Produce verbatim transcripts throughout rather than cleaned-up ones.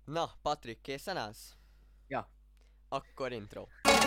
Na, Patrik, készen állsz? Ja. Akkor intro.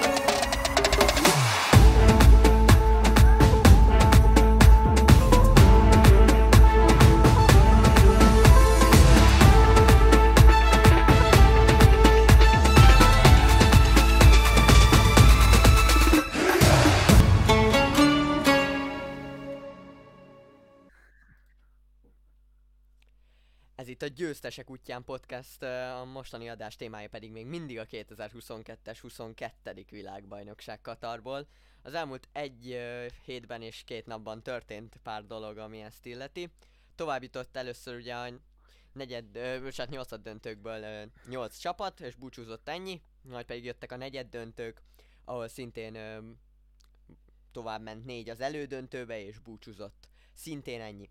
Ez itt a Győztesek útján podcast, a mostani adás témája pedig még mindig a kétezer-huszonkettes huszonkettő világbajnokság Katarból. Az elmúlt egy uh, hétben és két napban történt pár dolog, ami ezt illeti. Tovább jutott először ugye a negyed, uh, hát nyolcad döntőkből uh, nyolc csapat, és búcsúzott ennyi. Majd pedig jöttek a negyed döntők, ahol szintén uh, tovább ment négy az elődöntőbe, és búcsúzott szintén ennyi.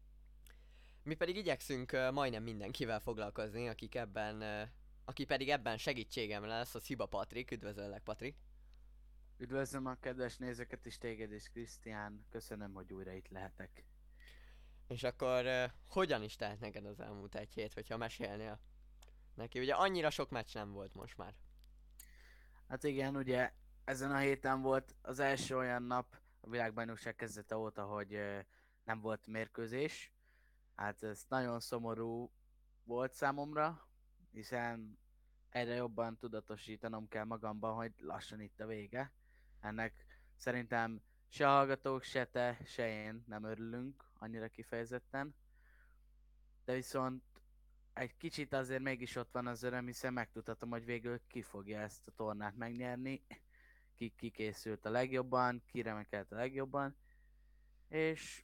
Mi pedig igyekszünk uh, majdnem mindenkivel foglalkozni, akik ebben, uh, aki pedig ebben segítségem lesz, az Hiba Patrik. Üdvözöllek, Patrik! Üdvözlöm a kedves nézőket is, téged és Krisztián. Köszönöm, hogy újra itt lehetek. És akkor uh, hogyan is telt neked az elmúlt egy hét, hogyha mesélnél neki? Ugye annyira sok meccs nem volt most már. Hát igen, ugye ezen a héten volt az első olyan nap a világbajnokság kezdete óta, hogy uh, nem volt mérkőzés. Hát ez nagyon szomorú volt számomra, hiszen egyre jobban tudatosítanom kell magamban, hogy lassan itt a vége. Ennek szerintem se a hallgatók, se te, se én nem örülünk annyira kifejezetten. De viszont egy kicsit azért mégis ott van az öröm, hiszen megtudhatom, hogy végül ki fogja ezt a tornát megnyerni, ki, ki készült a legjobban, ki remekelt a legjobban, és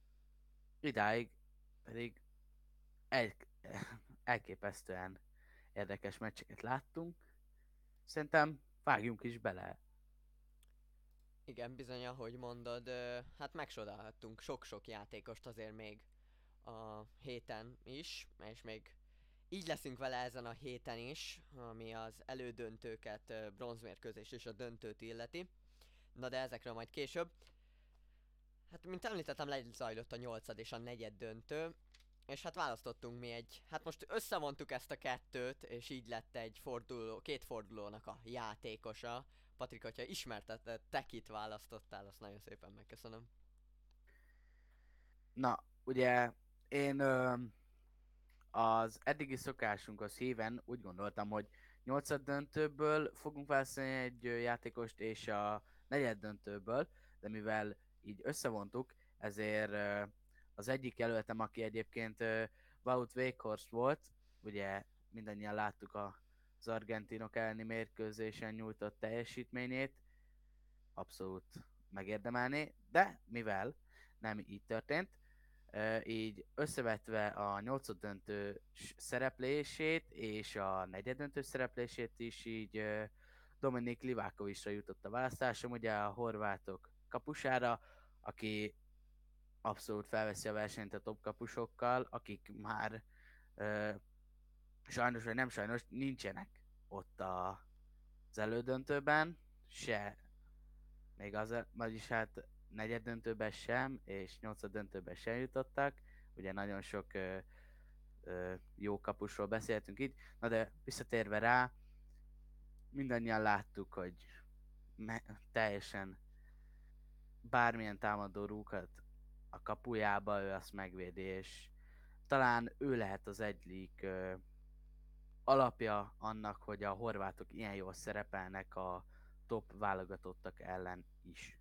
idáig pedig el, elképesztően érdekes meccseket láttunk. Szerintem vágjunk is bele. Igen, bizony, ahogy mondod, uh, hát megsodálhattunk sok-sok játékost azért még a héten is, és még így leszünk vele ezen a héten is, ami az elődöntőket, uh, bronzmérkőzés és a döntőt illeti. Na de ezekről majd később. Hát, mint említettem, lezajlott a nyolcad és a negyed döntő, és hát választottunk mi egy, hát most összevontuk ezt a kettőt, és így lett egy forduló, két fordulónak a játékosa. Patrik, hogyha ismerteted, te kit választottál, azt nagyon szépen megköszönöm. Na, ugye én ö, az eddigi szokásunkhoz híven úgy gondoltam, hogy nyolcad döntőből fogunk választani egy ö, játékost, és a negyed döntőből, de mivel így összevontuk, ezért ö, az egyik jelöltem, aki egyébként ö, Wout Weghorst volt, ugye mindannyian láttuk a, az argentinok elleni mérkőzésen nyújtott teljesítményét, abszolút megérdemelné, de mivel nem így történt, így összevetve a nyolcad döntő szereplését és a negyed döntő szereplését is, így Dominik Livakovicra jutott a választásom, ugye a horvátok kapusára, aki abszolút felveszi a versenyt a top kapusokkal, akik már sajnos vagy nem sajnos nincsenek ott a, az elődöntőben, se még az, vagyis hát negyed döntőben sem, és nyolcad döntőben sem jutottak. Ugye nagyon sok ö, ö, jó kapusról beszéltünk itt. Na de visszatérve rá, mindannyian láttuk, hogy me- teljesen bármilyen támadó rúgat a kapujába, ő azt megvédi, és talán ő lehet az egyik ö, alapja annak, hogy a horvátok ilyen jól szerepelnek a top válogatottak ellen is.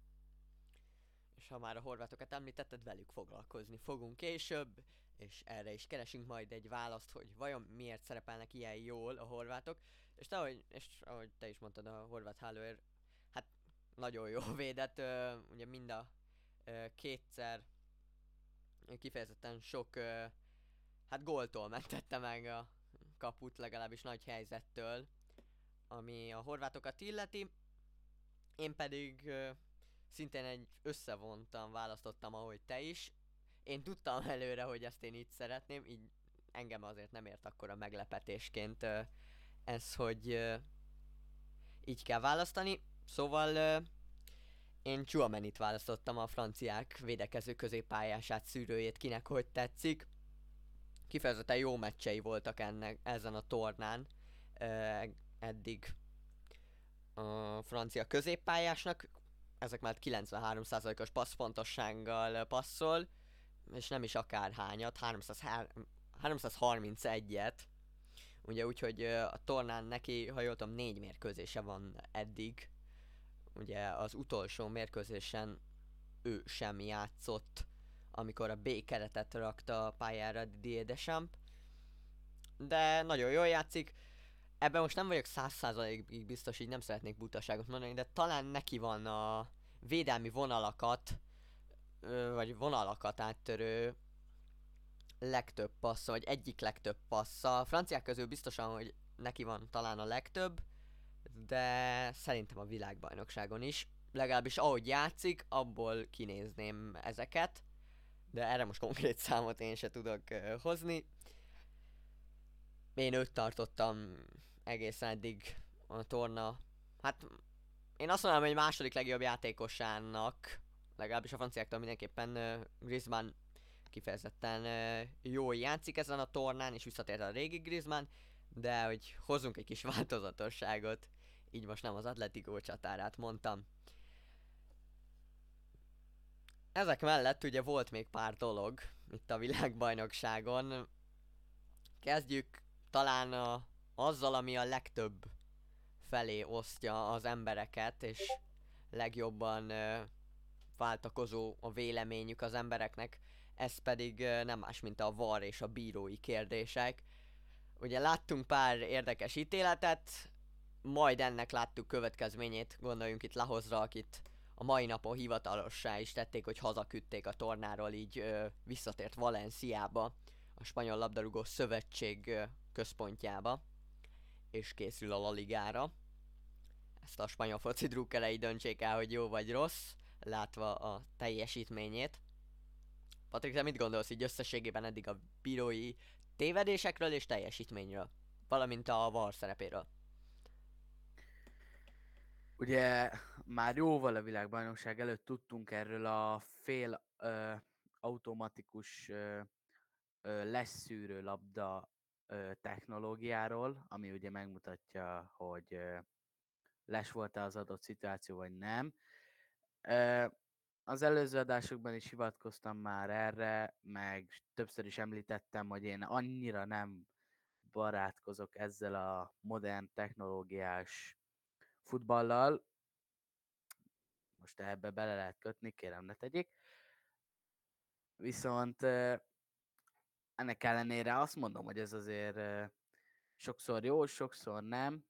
És ha már a horvátokat említetted, velük foglalkozni fogunk később, és erre is keresünk majd egy választ, hogy vajon miért szerepelnek ilyen jól a horvátok. És te, ahogy, és ahogy te is mondtad, a horvát hálóér, hát nagyon jó védett, ö, ugye mind a ö, kétszer kifejezetten sok, ö, hát góltól mentette meg a kaput, legalábbis nagy helyzettől, ami a horvátokat illeti. Én pedig ö, szintén egy összevontan választottam, ahogy te is. Én tudtam előre, hogy ezt én így szeretném, így engem azért nem ért akkora meglepetésként ö, ez, hogy ö, így kell választani. Szóval ö, én Tchouaménit választottam, a franciák védekező középpályását, szűrőjét, kinek hogy tetszik. kifejezetten jó meccsei voltak ennek, ezen a tornán. Ö, eddig a francia középpályásnak, ezek már kilencvenhárom százalékos passzfontossággal passzol, és nem is akárhányat, háromszáz, háromszázharmincegyet. Ugye úgyhogy a tornán neki, ha jól tudom, négy mérkőzése van eddig. Ugye az utolsó mérkőzésen ő sem játszott, amikor a B keretet rakta a pályára Didier Deschamps. De nagyon jól játszik. Ebben most nem vagyok száz százalékig biztos, így nem szeretnék butaságot mondani, de talán neki van a védelmi vonalakat, vagy vonalakat áttörő legtöbb passza, vagy egyik legtöbb passza. A franciák közül biztosan, hogy neki van talán a legtöbb, de szerintem a világbajnokságon is. Legalábbis ahogy játszik, abból kinézném ezeket, de erre most konkrét számot én se tudok uh, hozni. Én őt tartottam egészen eddig a torna. Hát én azt mondanám, hogy második legjobb játékosának, legalábbis a franciáktól mindenképpen uh, Griezmann kifejezetten uh, jól játszik ezen a tornán, és visszatért a régi Griezmann, de hogy hozzunk egy kis változatosságot, így most nem az Atletico csatárát mondtam. Ezek mellett ugye volt még pár dolog itt a világbajnokságon. Kezdjük talán a, azzal, ami a legtöbb felé osztja az embereket, és legjobban ö, váltakozó a véleményük az embereknek. Ez pedig ö, nem más, mint a var és a bírói kérdések. Ugye láttunk pár érdekes ítéletet, majd ennek láttuk következményét, gondoljunk itt Lahozra, akit a mai napon hivatalossá is tették, hogy hazaküldték a tornáról, így ö, visszatért Valenciába, a Spanyol Labdarúgó Szövetség ö, központjába, és készül a La Ligára. Ezt a spanyol foci drukkerei döntsék el, hogy jó vagy rossz, látva a teljesítményét. Patrik, te mit gondolsz így összességében eddig a bírói tévedésekről és teljesítményről, valamint a var szerepéről? Ugye már jóval a világbajnokság előtt tudtunk erről a fél ö, automatikus ö, ö, leszűrő labda ö, technológiáról, ami ugye megmutatja, hogy ö, les volt-e az adott szituáció, vagy nem. Ö, az előző adásokban is hivatkoztam már erre, meg többször is említettem, hogy én annyira nem barátkozok ezzel a modern technológiás futballal. Most ebbe bele lehet kötni, kérem ne tegyék. Viszont ennek ellenére azt mondom, hogy ez azért sokszor jó, sokszor nem.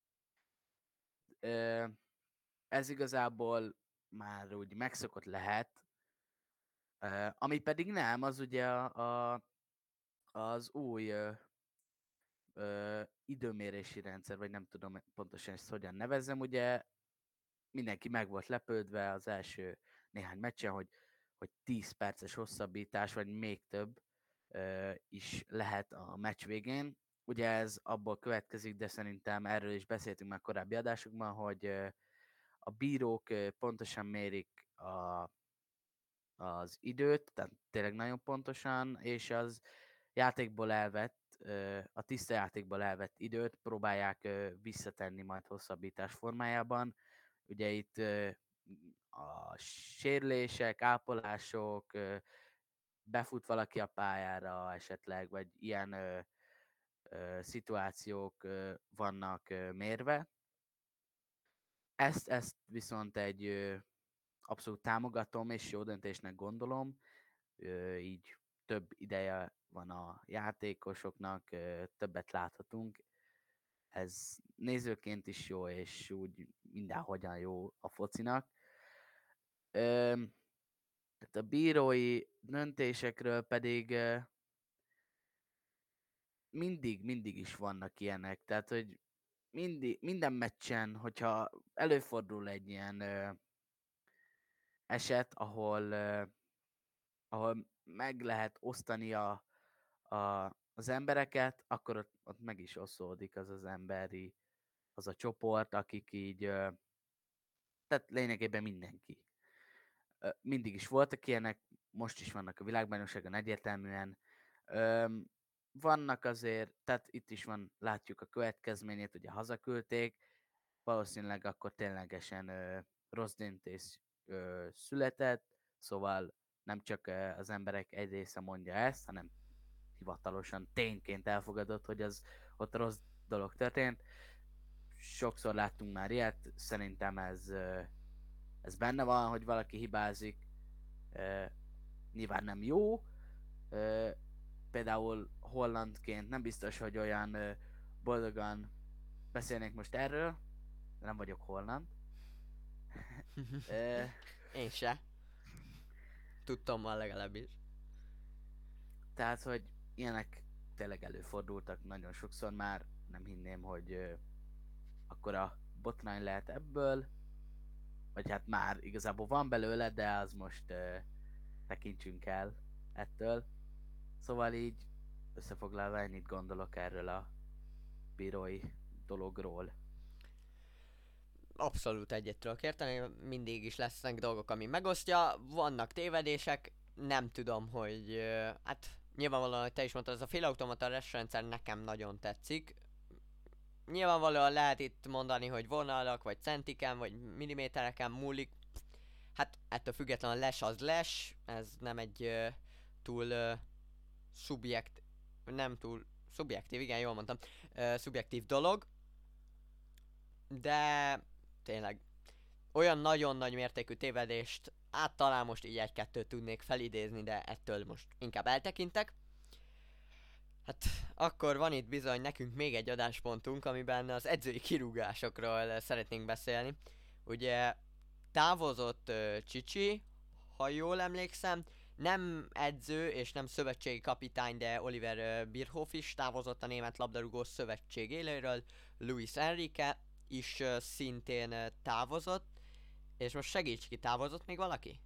Ez igazából már úgy megszokott lehet. Ami pedig nem, az ugye a, a, az új ö, ö, időmérési rendszer, vagy nem tudom pontosan ezt hogyan nevezzem, ugye mindenki meg volt lepődve az első néhány meccsen, hogy, hogy tíz perces hosszabbítás, vagy még több ö, is lehet a meccs végén. Ugye ez abból következik, de szerintem erről is beszéltünk már korábbi adásokban, hogy ö, a bírók ö, pontosan mérik a, az időt, tehát tényleg nagyon pontosan, és az játékból elvett, ö, a tiszta játékból elvett időt próbálják ö, visszatenni majd hosszabbítás formájában. Ugye itt ö, a sérülések, ápolások, ö, befut valaki a pályára esetleg, vagy ilyen ö, ö, szituációk ö, vannak ö, mérve. Ezt, ezt viszont egy ö, abszolút támogatom, és jó döntésnek gondolom. Ö, így több ideje van a játékosoknak, ö, többet láthatunk. Ez nézőként is jó, és úgy mindenhogyan jó a focinak. Ö, tehát a bírói döntésekről pedig ö, mindig, mindig is vannak ilyenek. Tehát, hogy mindig, minden meccsen, hogyha előfordul egy ilyen ö, eset, ahol, ö, ahol meg lehet osztani a, a, az embereket, akkor ott, ott meg is oszódik az az emberi, az a csoport, akik így, ö, tehát lényegében mindenki. Ö, mindig is voltak ilyenek, most is vannak a világbajnokságon egyértelműen. Ö, vannak azért, tehát itt is van, látjuk a következményét, ugye hazaküldték, valószínűleg akkor ténylegesen ö, rossz döntés ö, született, szóval nem csak ö, az emberek egy része mondja ezt, hanem hivatalosan tényként elfogadott, hogy az ott rossz dolog történt. Sokszor láttunk már ilyet, szerintem ez, ö, ez benne van, hogy valaki hibázik, ö, nyilván nem jó, ö, például hollandként nem biztos, hogy olyan ö, boldogan beszélnék most erről, nem vagyok holland. Ö, Én se. Tudtommal legalábbis. tehát, hogy ilyenek tényleg előfordultak nagyon sokszor már, nem hinném, hogy ö, akkora botrány lehet ebből, vagy hát már igazából van belőle, de az most ö, tekintsünk el ettől. Szóval így összefoglalva ennyit gondolok erről a bírói dologról. Abszolút egyet tudok érteni, mindig is lesznek dolgok, ami megosztja, vannak tévedések, nem tudom, hogy ö, hát nyilvánvalóan, hogy te is mondtad, ez a félautomata rendszer nekem nagyon tetszik. Nyilvánvalóan lehet itt mondani, hogy vonalak, vagy centiken, vagy millimétereken múlik. Hát ettől függetlenül a les az les, ez nem egy ö, túl ö, szubjekt, nem túl szubjektív, igen, jól mondtam, ö, szubjektív dolog, de tényleg olyan nagyon nagy mértékű tévedést, hát talán most így egy-kettőt tudnék felidézni, de ettől most inkább eltekintek. Hát akkor van itt bizony nekünk még egy adáspontunk, amiben az edzői kirúgásokról szeretnénk beszélni. Ugye távozott uh, Csicsi, ha jól emlékszem, nem edző és nem szövetségi kapitány, de Oliver uh, Bierhoff is távozott a Német Labdarúgó Szövetség éléről, Luis Enrique is uh, szintén uh, távozott, és most segíts ki, távozott még valaki?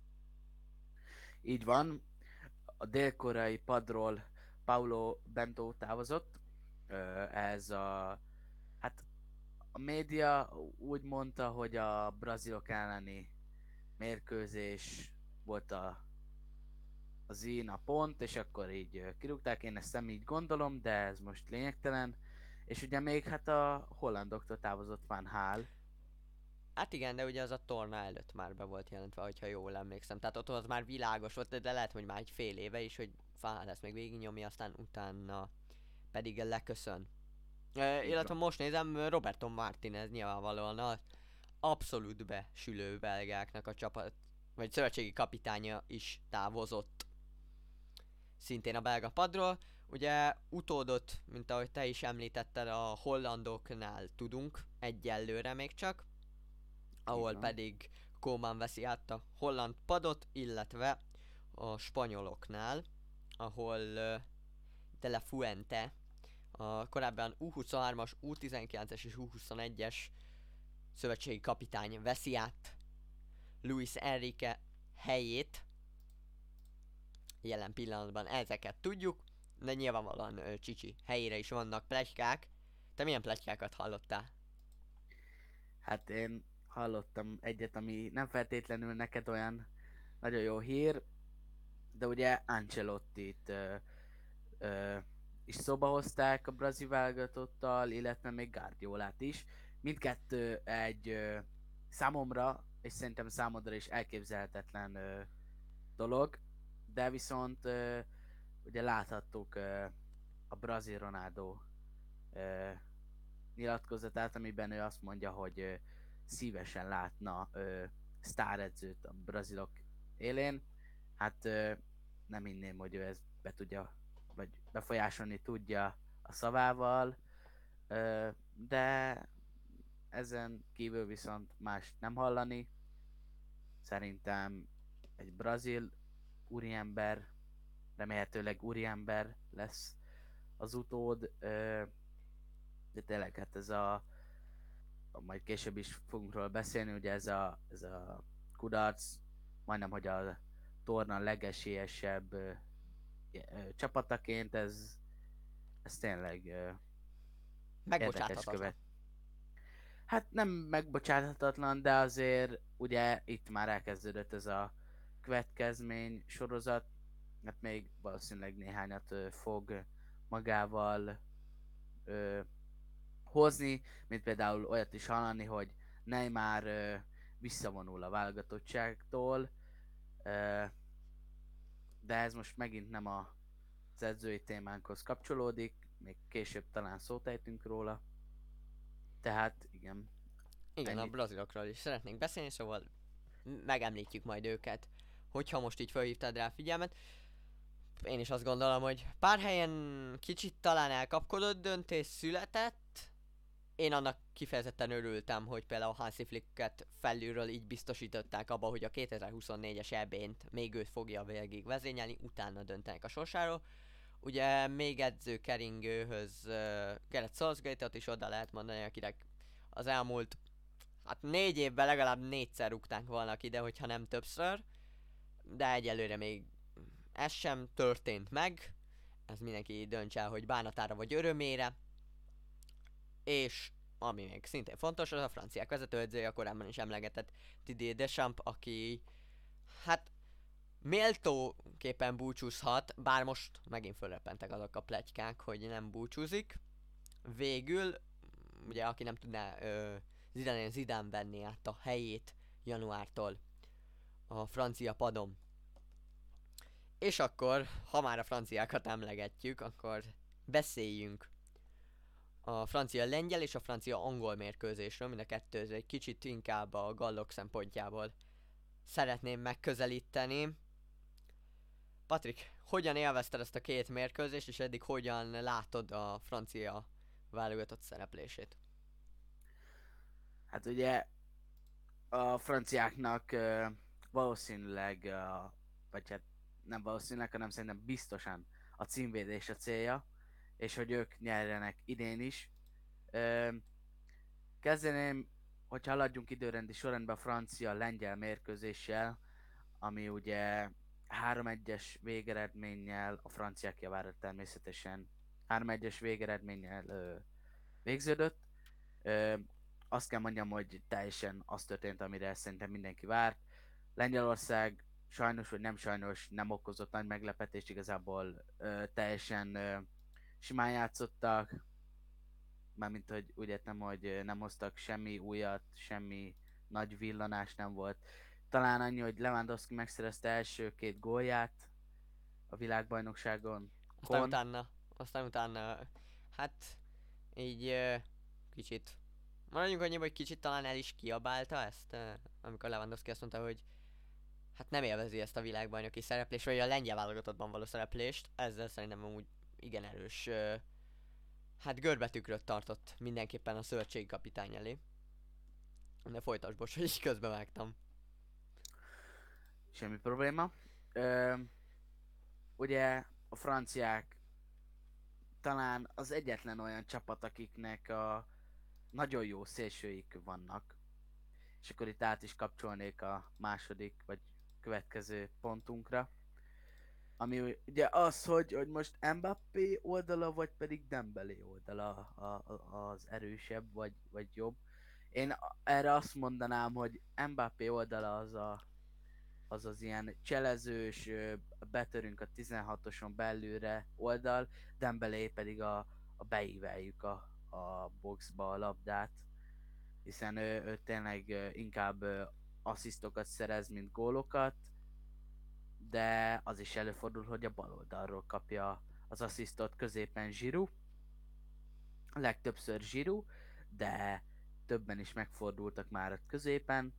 Így van, a dél-koreai padról Paulo Bento távozott. Ö, Ez a, hát a média úgy mondta, hogy a brazilok elleni mérkőzés volt a, az én a pont, és akkor így ö, kirúgták, én ezt nem így gondolom, de ez most lényegtelen. És ugye még hát a hollandoktól távozott Van Hál. Hát igen, de ugye az a torna előtt már be volt jelentve, hogyha jól emlékszem. Tehát ott az már világos volt, de lehet, hogy már egy fél éve is, hogy Fán lesz még végignyomja, aztán utána pedig leköszön. E, Így illetve van. most nézem, Roberto Martinez nyilvánvalóan az abszolút besülő belgáknak a csapat, vagy szövetségi kapitánya is távozott. Szintén a belga padról. Ugye utódot, mint ahogy te is említetted, a hollandoknál tudunk, egyelőre még csak, Így ahol van. pedig Koeman veszi át a holland padot, illetve a spanyoloknál, ahol uh, De La Fuente, a korábban U huszonhármas, U tizenkilences és U huszonegyes szövetségi kapitány veszi át Luis Enrique helyét. Jelen pillanatban ezeket tudjuk, de nyilvánvalóan uh, Csicsi helyére is vannak pletykák. Te milyen pletykákat hallottál? Hát én hallottam egyet, ami nem feltétlenül neked olyan nagyon jó hír, de ugye Ancelottit ö, ö, is szóba hozták a brazil válogatottal, illetve még Guardiolát is. Mindkettő egy ö, számomra, és szerintem számodra is elképzelhetetlen ö, dolog, de viszont ö, ugye láthattuk ö, a brazil Ronaldo ö, nyilatkozatát, amiben ő azt mondja, hogy ö, szívesen látna ö, sztáredzőt a brazilok élén. Hát ö, nem hinném, hogy ő ezt be tudja, vagy befolyásolni tudja a szavával, ö, de ezen kívül viszont más nem hallani. Szerintem egy brazil úriember, remélhetőleg úriember lesz az utód, ö, de tényleg hát ez a majd később is fogunk róla beszélni, ugye ez a, ez a kudarc, majdnem, hogy a torna legesélyesebb ö, ö, csapataként, ez, ez tényleg ö, érdekes Megbocsáthatatlan. követ. Hát nem megbocsáthatatlan, de azért ugye itt már elkezdődött ez a következmény sorozat, hát még valószínűleg néhányat ö, fog magával ö, hozni, mint például olyat is hallani, hogy Neymar ö, visszavonul a válogatottságtól, ö, de ez most megint nem a az edzői témánkhoz kapcsolódik, még később talán szót ejtünk róla. Tehát igen, Igen, a ennyit. brazilokról is szeretnénk beszélni, szóval megemlítjük majd őket, hogyha most így felhívtad rá a figyelmet. Én is azt gondolom, hogy pár helyen kicsit talán elkapkodott döntés született. Én annak kifejezetten örültem, hogy például Hansi Flicket felülről így biztosították abba, hogy a kétezer-huszonnégyes é bé-t még őt fogja végig vezényelni, utána döntenek a sorsáról. Ugye még edzőkeringőhöz uh, Gareth Southgate-ot is oda lehet mondani, akinek az elmúlt hát négy évben legalább négyszer rúgtánk volna ide, hogyha nem többször. De egyelőre még ez sem történt meg. Ez mindenki dönts el, hogy bánatára vagy örömére. És ami még szintén fontos, az a franciák vezetőedzője, a korábban is emlegetett Didier Deschamps, aki hát méltóképpen búcsúzhat, bár most megint fölrepentek azok a pletykák, hogy nem búcsúzik. Végül, ugye aki nem tudná ö, Zidane Zidane venni át a helyét januártól a francia padon. És akkor, ha már a franciákat emlegetjük, akkor beszéljünk a francia-lengyel és a francia-angol mérkőzésről, mind a kettő egy kicsit inkább a gallok szempontjából szeretném megközelíteni. Patrik, hogyan élvezted ezt a két mérkőzést, és eddig hogyan látod a francia válogatott szereplését? Hát ugye a franciáknak uh, valószínűleg, uh, vagy hát nem valószínűleg, hanem szerintem biztosan a címvédés a célja, és hogy ők nyerjenek idén is. Uh, kezdeném, hogy haladjunk időrendi sorrendben a francia-lengyel mérkőzéssel, ami ugye három egyes végeredménnyel, a franciák javára természetesen három egyes végeredménnyel ö, végződött. Ö, azt kell mondjam, hogy teljesen az történt, amire szerintem mindenki várt. Lengyelország sajnos vagy nem sajnos nem okozott nagy meglepetést, igazából ö, teljesen ö, simán játszottak, mármint hogy úgy értem, hogy nem hoztak semmi újat, semmi nagy villanás nem volt. Talán annyi, hogy Lewandowski megszerezte első két gólját a világbajnokságon. Aztán Kon. utána, aztán utána, hát így ö, kicsit, maradjunk annyiba, hogy kicsit talán el is kiabálta ezt, ö, amikor Lewandowski azt mondta, hogy hát nem élvezi ezt a világbajnoki szereplést, vagy a lengyel válogatottban való szereplést, ezzel szerintem amúgy igen erős, ö, hát görbetükröt tartott mindenképpen a szövetségi kapitány elé. De folytasd, bocs, hogy így közbevágtam. Semmi probléma. Ö, ugye a franciák talán az egyetlen olyan csapat, akiknek a nagyon jó szélsőik vannak. És akkor itt át is kapcsolnék a második vagy következő pontunkra. Ami ugye az, hogy, hogy most Mbappé oldala, vagy pedig Dembélé oldala a, a, az erősebb, vagy, vagy jobb. Én erre azt mondanám, hogy Mbappé oldala az a, az, az ilyen cselezős, betörünk a tizenhatoson belülre oldal, Dembélé pedig a, a beíveljük a, a boxba a labdát, hiszen ő, ő tényleg inkább asszisztokat szerez, mint gólokat, de az is előfordul, hogy a bal oldalról kapja az asszisztot középen Giroud, legtöbbször Giroud, de többen is megfordultak már ott középen.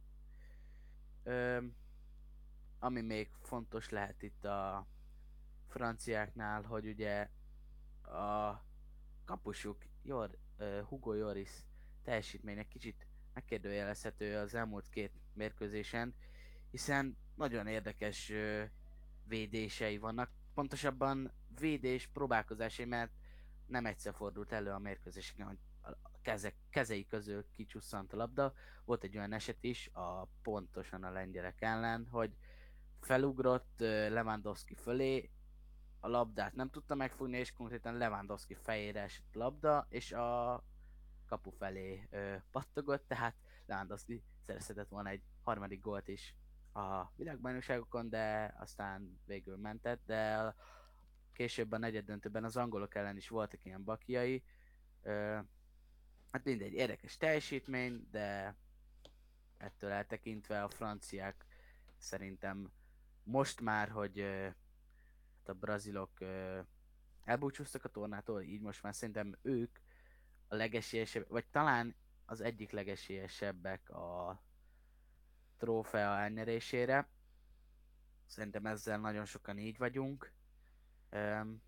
Ö, ami még fontos lehet itt a franciáknál, hogy ugye a kapusuk Jor, uh, Hugo Lloris teljesítménynek kicsit megkérdőjelezhető az elmúlt két mérkőzésen, hiszen nagyon érdekes uh, védései vannak, pontosabban védés próbálkozásai, mert nem egyszer fordult elő a mérkőzéseken, hogy a keze, kezei közül kicsusszant a labda. Volt egy olyan eset is, a, pontosan a lengyelek ellen, hogy felugrott uh, Lewandowski fölé, a labdát nem tudta megfogni, és konkrétan Lewandowski fejére esett a labda, és a kapu felé ö, pattogott, tehát Lewandowski szerezhetett volna egy harmadik gólt is a világbajnokságokon, de aztán végül mentett, de a később a negyeddöntőben az angolok ellen is voltak ilyen bakiai. Ö, hát mindegy, érdekes teljesítmény, de ettől eltekintve a franciák szerintem most már, hogy ö, hát a brazilok ö, elbúcsúztak a tornától, így most már szerintem ők a legesélyesebbek, vagy talán az egyik legesélyesebbek a trófea elnyerésére. Szerintem ezzel nagyon sokan így vagyunk. Um,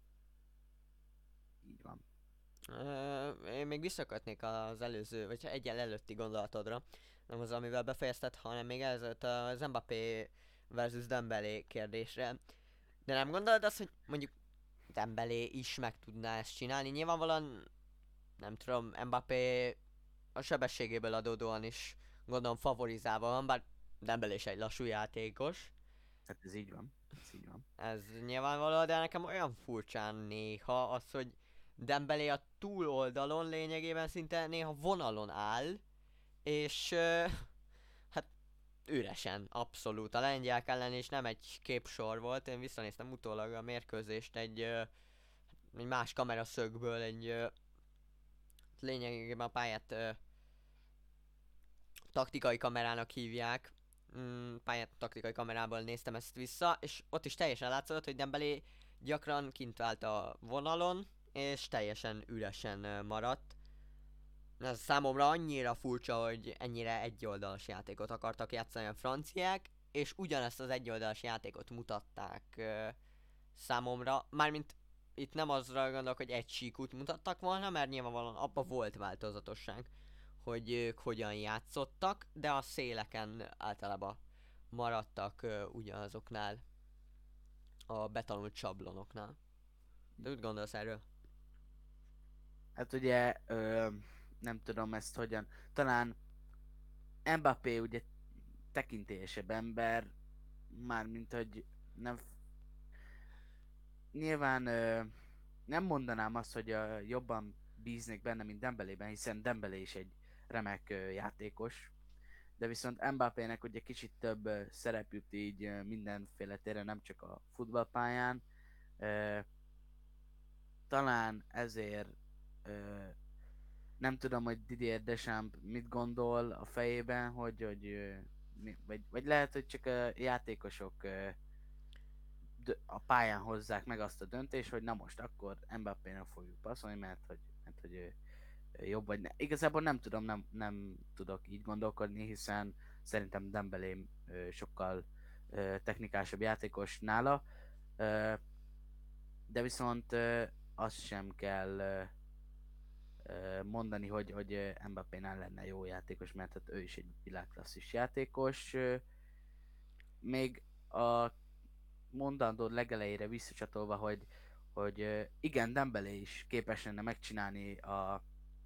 így van. Ö, én még visszakötnék az előző, vagy egyen előtti gondolatodra. Nem az, amivel befejezted, hanem még ezelőtt az Mbappé versus Dembélé kérdésre. De nem gondolod azt, hogy mondjuk Dembélé is meg tudná ezt csinálni? Nyilvánvalóan, nem tudom, Mbappé a sebességéből adódóan is gondolom favorizálva van, bár Dembélé is egy lassú játékos. Hát ez így van. Ez így van. Ez nyilvánvaló, de nekem olyan furcsán néha az, hogy Dembélé a túloldalon lényegében szinte néha vonalon áll, és uh, hát üresen, abszolút. A lengyelek ellen is nem egy képsor volt, én visszanéztem utólag a mérkőzést egy, uh, egy más kameraszögből, egy uh, lényegében a pályát uh, taktikai kamerának hívják, mm, pályát taktikai kamerából néztem ezt vissza, és ott is teljesen látszott, hogy Dembélé gyakran kint állt a vonalon, és teljesen üresen uh, maradt. Ez számomra annyira furcsa, hogy ennyire egyoldalas játékot akartak játszani a franciák, és ugyanezt az egyoldalas játékot mutatták uh, számomra. Mármint itt nem azra gondolok, hogy egy síkút mutattak volna, mert nyilvánvalóan abban volt változatosság, hogy ők hogyan játszottak, de a széleken általában maradtak uh, ugyanazoknál a betanult sablonoknál. De úgy gondolsz erről? Hát ugye, ö, nem tudom ezt hogyan, talán Mbappé ugye tekintélyesebb ember, mármint hogy nem, nyilván ö, nem mondanám azt, hogy ö, jobban bíznék benne, mint Dembélében, hiszen Dembélé is egy remek ö, játékos, de viszont Mbappének ugye kicsit több ö, szerep jut így ö, mindenféle téren, nem csak a futballpályán. Ö, talán ezért ö, nem tudom, hogy Didier Deschamps mit gondol a fejében, hogy, hogy ö, mi, vagy, vagy lehet, hogy csak a játékosok ö, dö- a pályán hozzák meg azt a döntést, hogy na most akkor Mbappének fogjuk passzolni, mert hogy, mert, hogy ő, ő jobb vagy ne. Igazából nem tudom, nem, nem tudok így gondolkodni, hiszen szerintem Dembélé ö, sokkal ö, technikásabb játékos nála, ö, de viszont ö, azt sem kell ö, ö, mondani, hogy, hogy ö, Mbappénál lenne jó játékos, mert hát ő is egy világklasszis játékos. Ö, még a mondandód legelejére visszacsatolva, hogy, hogy ö, igen, Dembélé is képes lenne megcsinálni a,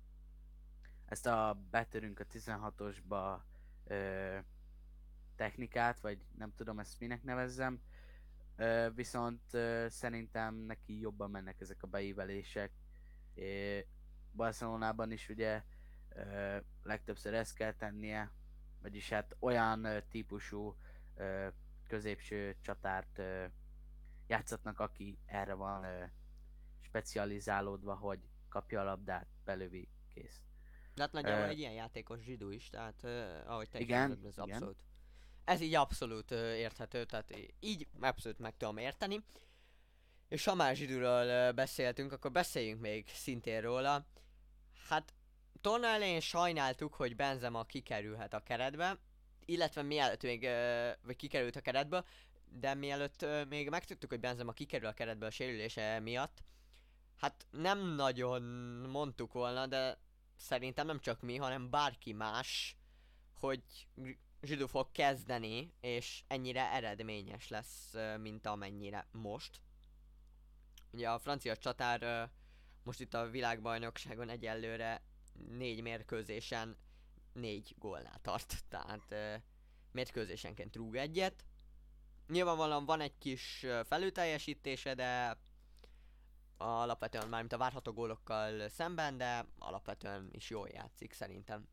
ezt a betörünk a tizenhatosba ö, technikát, vagy nem tudom ezt minek nevezzem, ö, viszont ö, szerintem neki jobban mennek ezek a beívelések. Ö, Barcelonában is ugye ö, legtöbbször ezt kell tennie, vagyis hát olyan ö, típusú ö, középső csatárt ö, játszatnak, aki erre van ö, specializálódva, hogy kapja a labdát, belövi, kész. De hát nagyjából Ö, egy ilyen játékos zsidó is, tehát uh, ahogy te is igen, mondod, ez igen. abszolút. Ez így abszolút uh, érthető, tehát így abszolút meg tudom érteni. És ha már zsidóról uh, beszéltünk, akkor beszéljünk még szintén róla. Hát torna elején sajnáltuk, hogy Benzema kikerülhet a keretbe, illetve mielőtt még, uh, vagy kikerült a keretbe, de mielőtt uh, még megtudtuk, hogy Benzema kikerül a keretbe a sérülése miatt, hát nem nagyon mondtuk volna, de szerintem nem csak mi, hanem bárki más, hogy Zsidó fog kezdeni, és ennyire eredményes lesz, ö, mint amennyire most. Ugye a francia csatár ö, most itt a világbajnokságon egyelőre négy mérkőzésen négy gólnál tart, tehát ö, mérkőzésenként rúg egyet. Nyilvánvalóan van egy kis ö, felülteljesítése, de alapvetően már mint a várható gólokkal szemben, de alapvetően is jól játszik szerintem.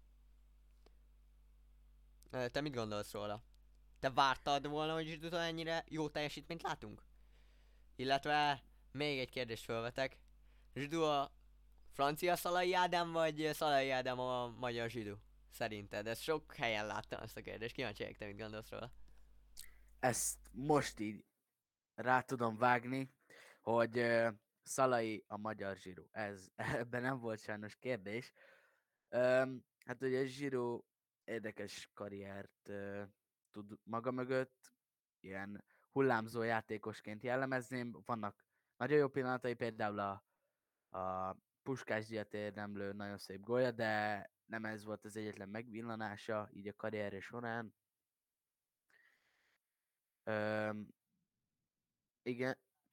Ö, Te mit gondolsz róla? Te vártad volna, hogy Zsidótól ennyire jó teljesítményt látunk? Illetve Még egy kérdést felvetek. Zsidó a francia Szalai Ádám, vagy Szalai Ádám a magyar zsidó? Szerinted? Ezt sok helyen láttam ezt a kérdést. Kíváncsi vagyok, te mit gondolsz róla. Ezt most így rá tudom vágni, hogy ö, Szalai a magyar zsíró. Ez, ebben nem volt sajnos kérdés. Öm, hát ugye Zsiró érdekes karriert ö, tud maga mögött, ilyen hullámzó játékosként jellemezném. Vannak nagyon jó pillanatai, például a, a Puskás díjat érdemlő nagyon szép gólya, de nem ez volt az egyetlen megvillanása így a karrierje során. Öm, igen,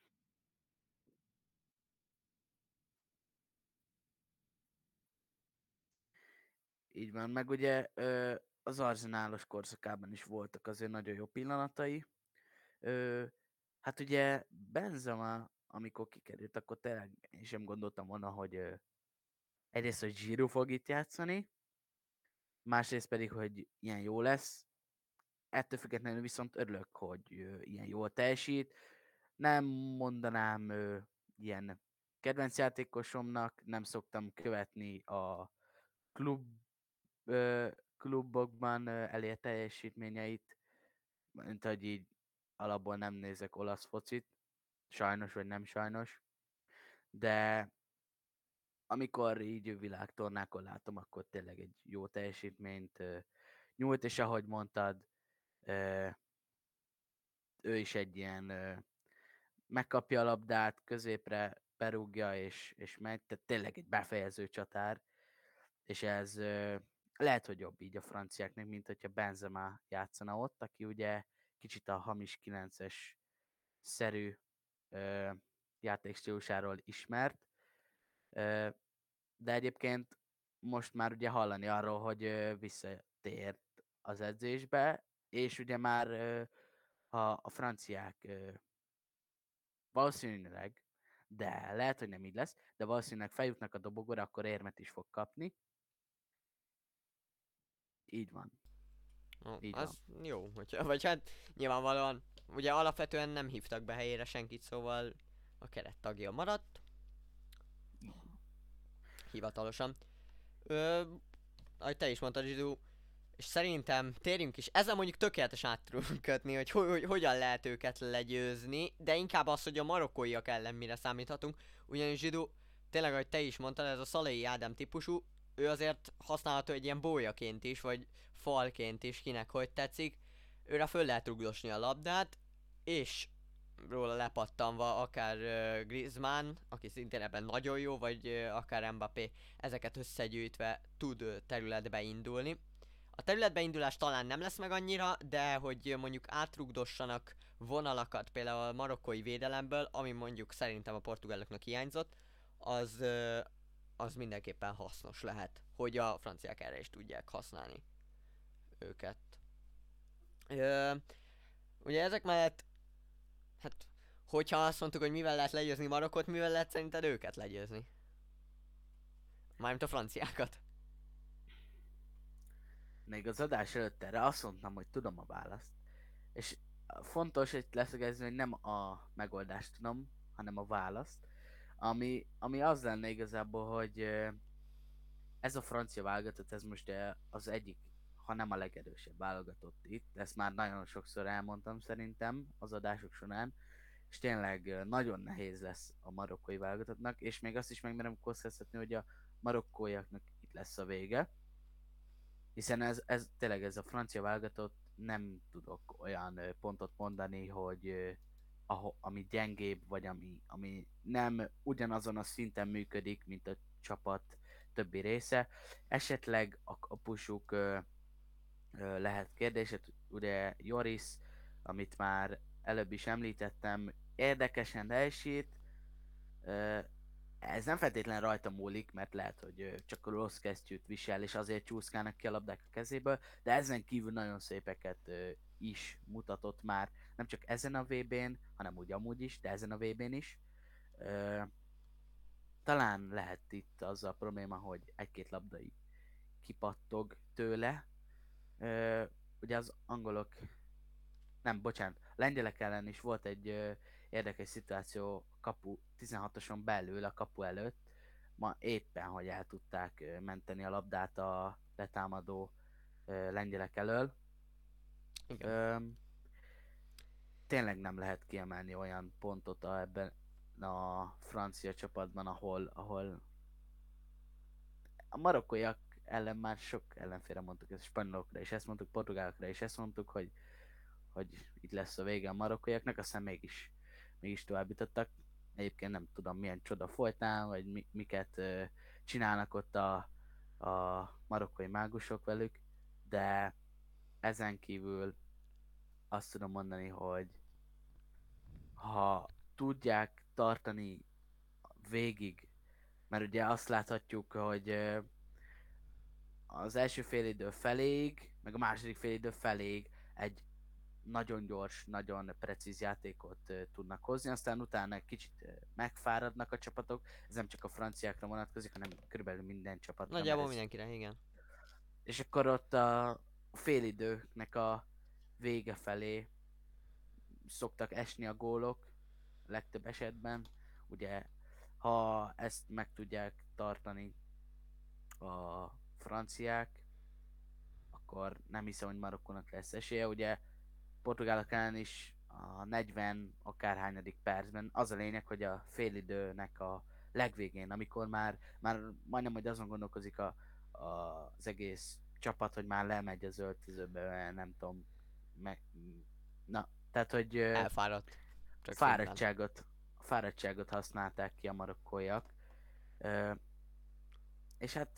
így van, meg ugye ö, az arzenálos korszakában is voltak azért nagyon jó pillanatai. Ö, hát ugye Benzema, amikor kikerült, akkor tényleg én sem gondoltam volna, hogy ö, egyrészt, hogy Giroud fog itt játszani, másrészt pedig, hogy ilyen jó lesz. Ettől függetlenül viszont örülök, hogy ö, ilyen jól teljesít. Nem mondanám ö, ilyen kedvenc játékosomnak, nem szoktam követni a klub, ö, klubokban ö, elért teljesítményeit, mint hogy így alapból nem nézek olasz focit, sajnos vagy nem sajnos, de amikor így világtornákon látom, akkor tényleg egy jó teljesítményt ö, nyújt, és ahogy mondtad, ö, ő is egy ilyen ö, megkapja a labdát, középre berúgja és, és megy, tehát tényleg egy befejező csatár, és ez ö, lehet, hogy jobb így a franciáknak, mint hogyha Benzema játszana ott, aki ugye kicsit a hamis kilences szerű ö, játékstílusáról ismert, ö, de egyébként most már ugye hallani arról, hogy ö, visszatért az edzésbe, és ugye már ö, ha a franciák ö, valószínűleg, de lehet, hogy nem így lesz, de valószínűleg feljutnak a dobogóra, akkor érmet is fog kapni. Így van, Ó, így az van. jó, hogyha, vagy hát nyilvánvalóan, ugye alapvetően nem hívtak be helyére senkit, szóval a keret tagja maradt, Így van. hivatalosan. Ö, ahogy te is mondtad, Zsidó, és szerintem térjünk is, ezzel mondjuk tökéletes át tudunk kötni, hogy, hogy, hogy hogyan lehet őket legyőzni, de inkább az, hogy a marokkóiak ellen mire számíthatunk, ugyanis Zsidó, tényleg, ahogy te is mondtad, ez a Szalai Ádám típusú, ő azért használható egy ilyen bólyaként is, vagy falként is, kinek hogy tetszik, őre föl lehet rugdosni a labdát, és róla lepattanva akár uh, Griezmann, aki szintén ebben nagyon jó, vagy uh, akár Mbappé, ezeket összegyűjtve tud uh, területbe indulni. A területbe indulás talán nem lesz meg annyira, de hogy mondjuk átrugdossanak vonalakat például a marokkói védelemből, ami mondjuk szerintem a portugáloknak hiányzott, az, ö, az mindenképpen hasznos lehet, hogy a franciák erre is tudják használni őket. Ö, ugye ezek mellett, hát hogyha azt mondtuk, hogy mivel lehet legyőzni Marokkot, mivel lehet szerinted őket legyőzni? Mármint a franciákat. Még az adás előtt erre azt mondtam, hogy tudom a választ. És fontos egy leszögezni, hogy nem a megoldást tudom, hanem a választ. Ami, ami az lenne igazából, hogy ö, ez a francia válogatott, ez most ö, az egyik, ha nem a legerősebb válogatott itt. Ezt már nagyon sokszor elmondtam szerintem az adások során. És tényleg ö, nagyon nehéz lesz a marokkói válogatottnak, és még azt is megmerem kockáztatni, hogy a marokkóiaknak itt lesz a vége. Hiszen ez, ez tényleg ez a francia válogatott, nem tudok olyan ö, pontot mondani, hogy ö, aho, ami gyengébb, vagy ami, ami nem ugyanazon a szinten működik, mint a csapat többi része. Esetleg a kapusuk ö, ö, lehet kérdés, hát ugye Joris, amit már előbb is említettem, érdekesen teljesít, ö, ez nem feltétlenül rajta múlik, mert lehet, hogy ö, csak a rossz kesztyűt visel, és azért csúszkálnak ki a labdák a kezéből, de ezen kívül nagyon szépeket ö, is mutatott már, nem csak ezen a vé bén, hanem úgy amúgy is, de ezen a vé bén is. Ö, talán lehet itt az a probléma, hogy egy-két labda így kipattog tőle. Ö, ugye az angolok, nem, bocsánat, lengyelek ellen is volt egy ö, érdekes szituáció, kapu tizenhatoson belül a kapu előtt, ma éppen, hogy el tudták ö, menteni a labdát a letámadó ö, lengyelek elől. Igen. Ö, tényleg nem lehet kiemelni olyan pontot a, ebben a francia csapatban, ahol, ahol a marokkóiak ellen már sok ellenfélre mondtuk, ezt spanyolokra is ezt mondtuk, portugálokra is ezt mondtuk, hogy, hogy itt lesz a vége a marokkóiaknak, aztán mégis, mégis tovább jutottak. Egyébként nem tudom milyen csoda folytán, vagy mi, miket ö, csinálnak ott a, a marokkói mágusok velük, de ezen kívül azt tudom mondani, hogy ha tudják tartani végig, mert ugye azt láthatjuk, hogy ö, az első félidő feléig, meg a második félidő feléig egy nagyon gyors, nagyon precíz játékot uh, tudnak hozni, aztán utána egy kicsit uh, megfáradnak a csapatok, ez nem csak a franciákra vonatkozik, hanem körülbelül minden csapatra, mert Nagyjából ez... mindenkire, igen. És akkor ott a félidőknek a vége felé szoktak esni a gólok, legtöbb esetben, ugye ha ezt meg tudják tartani a franciák, akkor nem hiszem, hogy Marokkónak lesz esélye. Ugye Portugálok ellen is a negyven akárhányadik percben az a lényeg, hogy a félidőnek a legvégén, amikor már, már majdnem, hogy azon gondolkozik a, a, az egész csapat, hogy már lemegy az öltözőbe, nem tudom, meg, na, tehát, hogy ö, Elfáradt. Csak szimplán. fáradtságot, fáradtságot használták ki a marokkóiak. Ö, és hát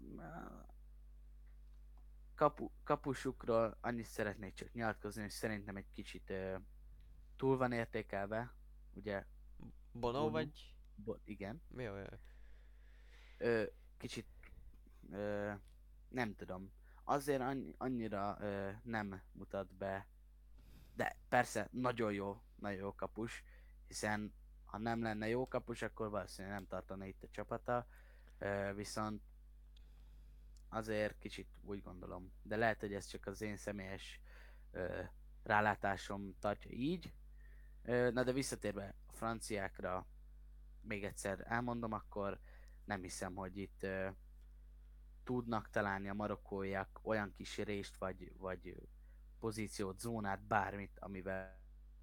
kapu, kapusukról annyit szeretnék csak nyilatkozni, hogy szerintem egy kicsit ö, túl van értékelve, ugye, Bono Bono, vagy... bo, igen, Jó, jó. ö, kicsit, ö, nem tudom, azért annyi, annyira ö, nem mutat be, de persze nagyon jó, nagyon jó kapus, hiszen ha nem lenne jó kapus, akkor valószínűleg nem tartana itt a csapata, ö, viszont azért kicsit úgy gondolom, de lehet, hogy ez csak az én személyes ö, rálátásom tartja így. Ö, na de visszatérve a franciákra, még egyszer elmondom, akkor nem hiszem, hogy itt ö, tudnak találni a marokkóiak olyan kis rést, vagy, vagy pozíciót, zónát, bármit, amivel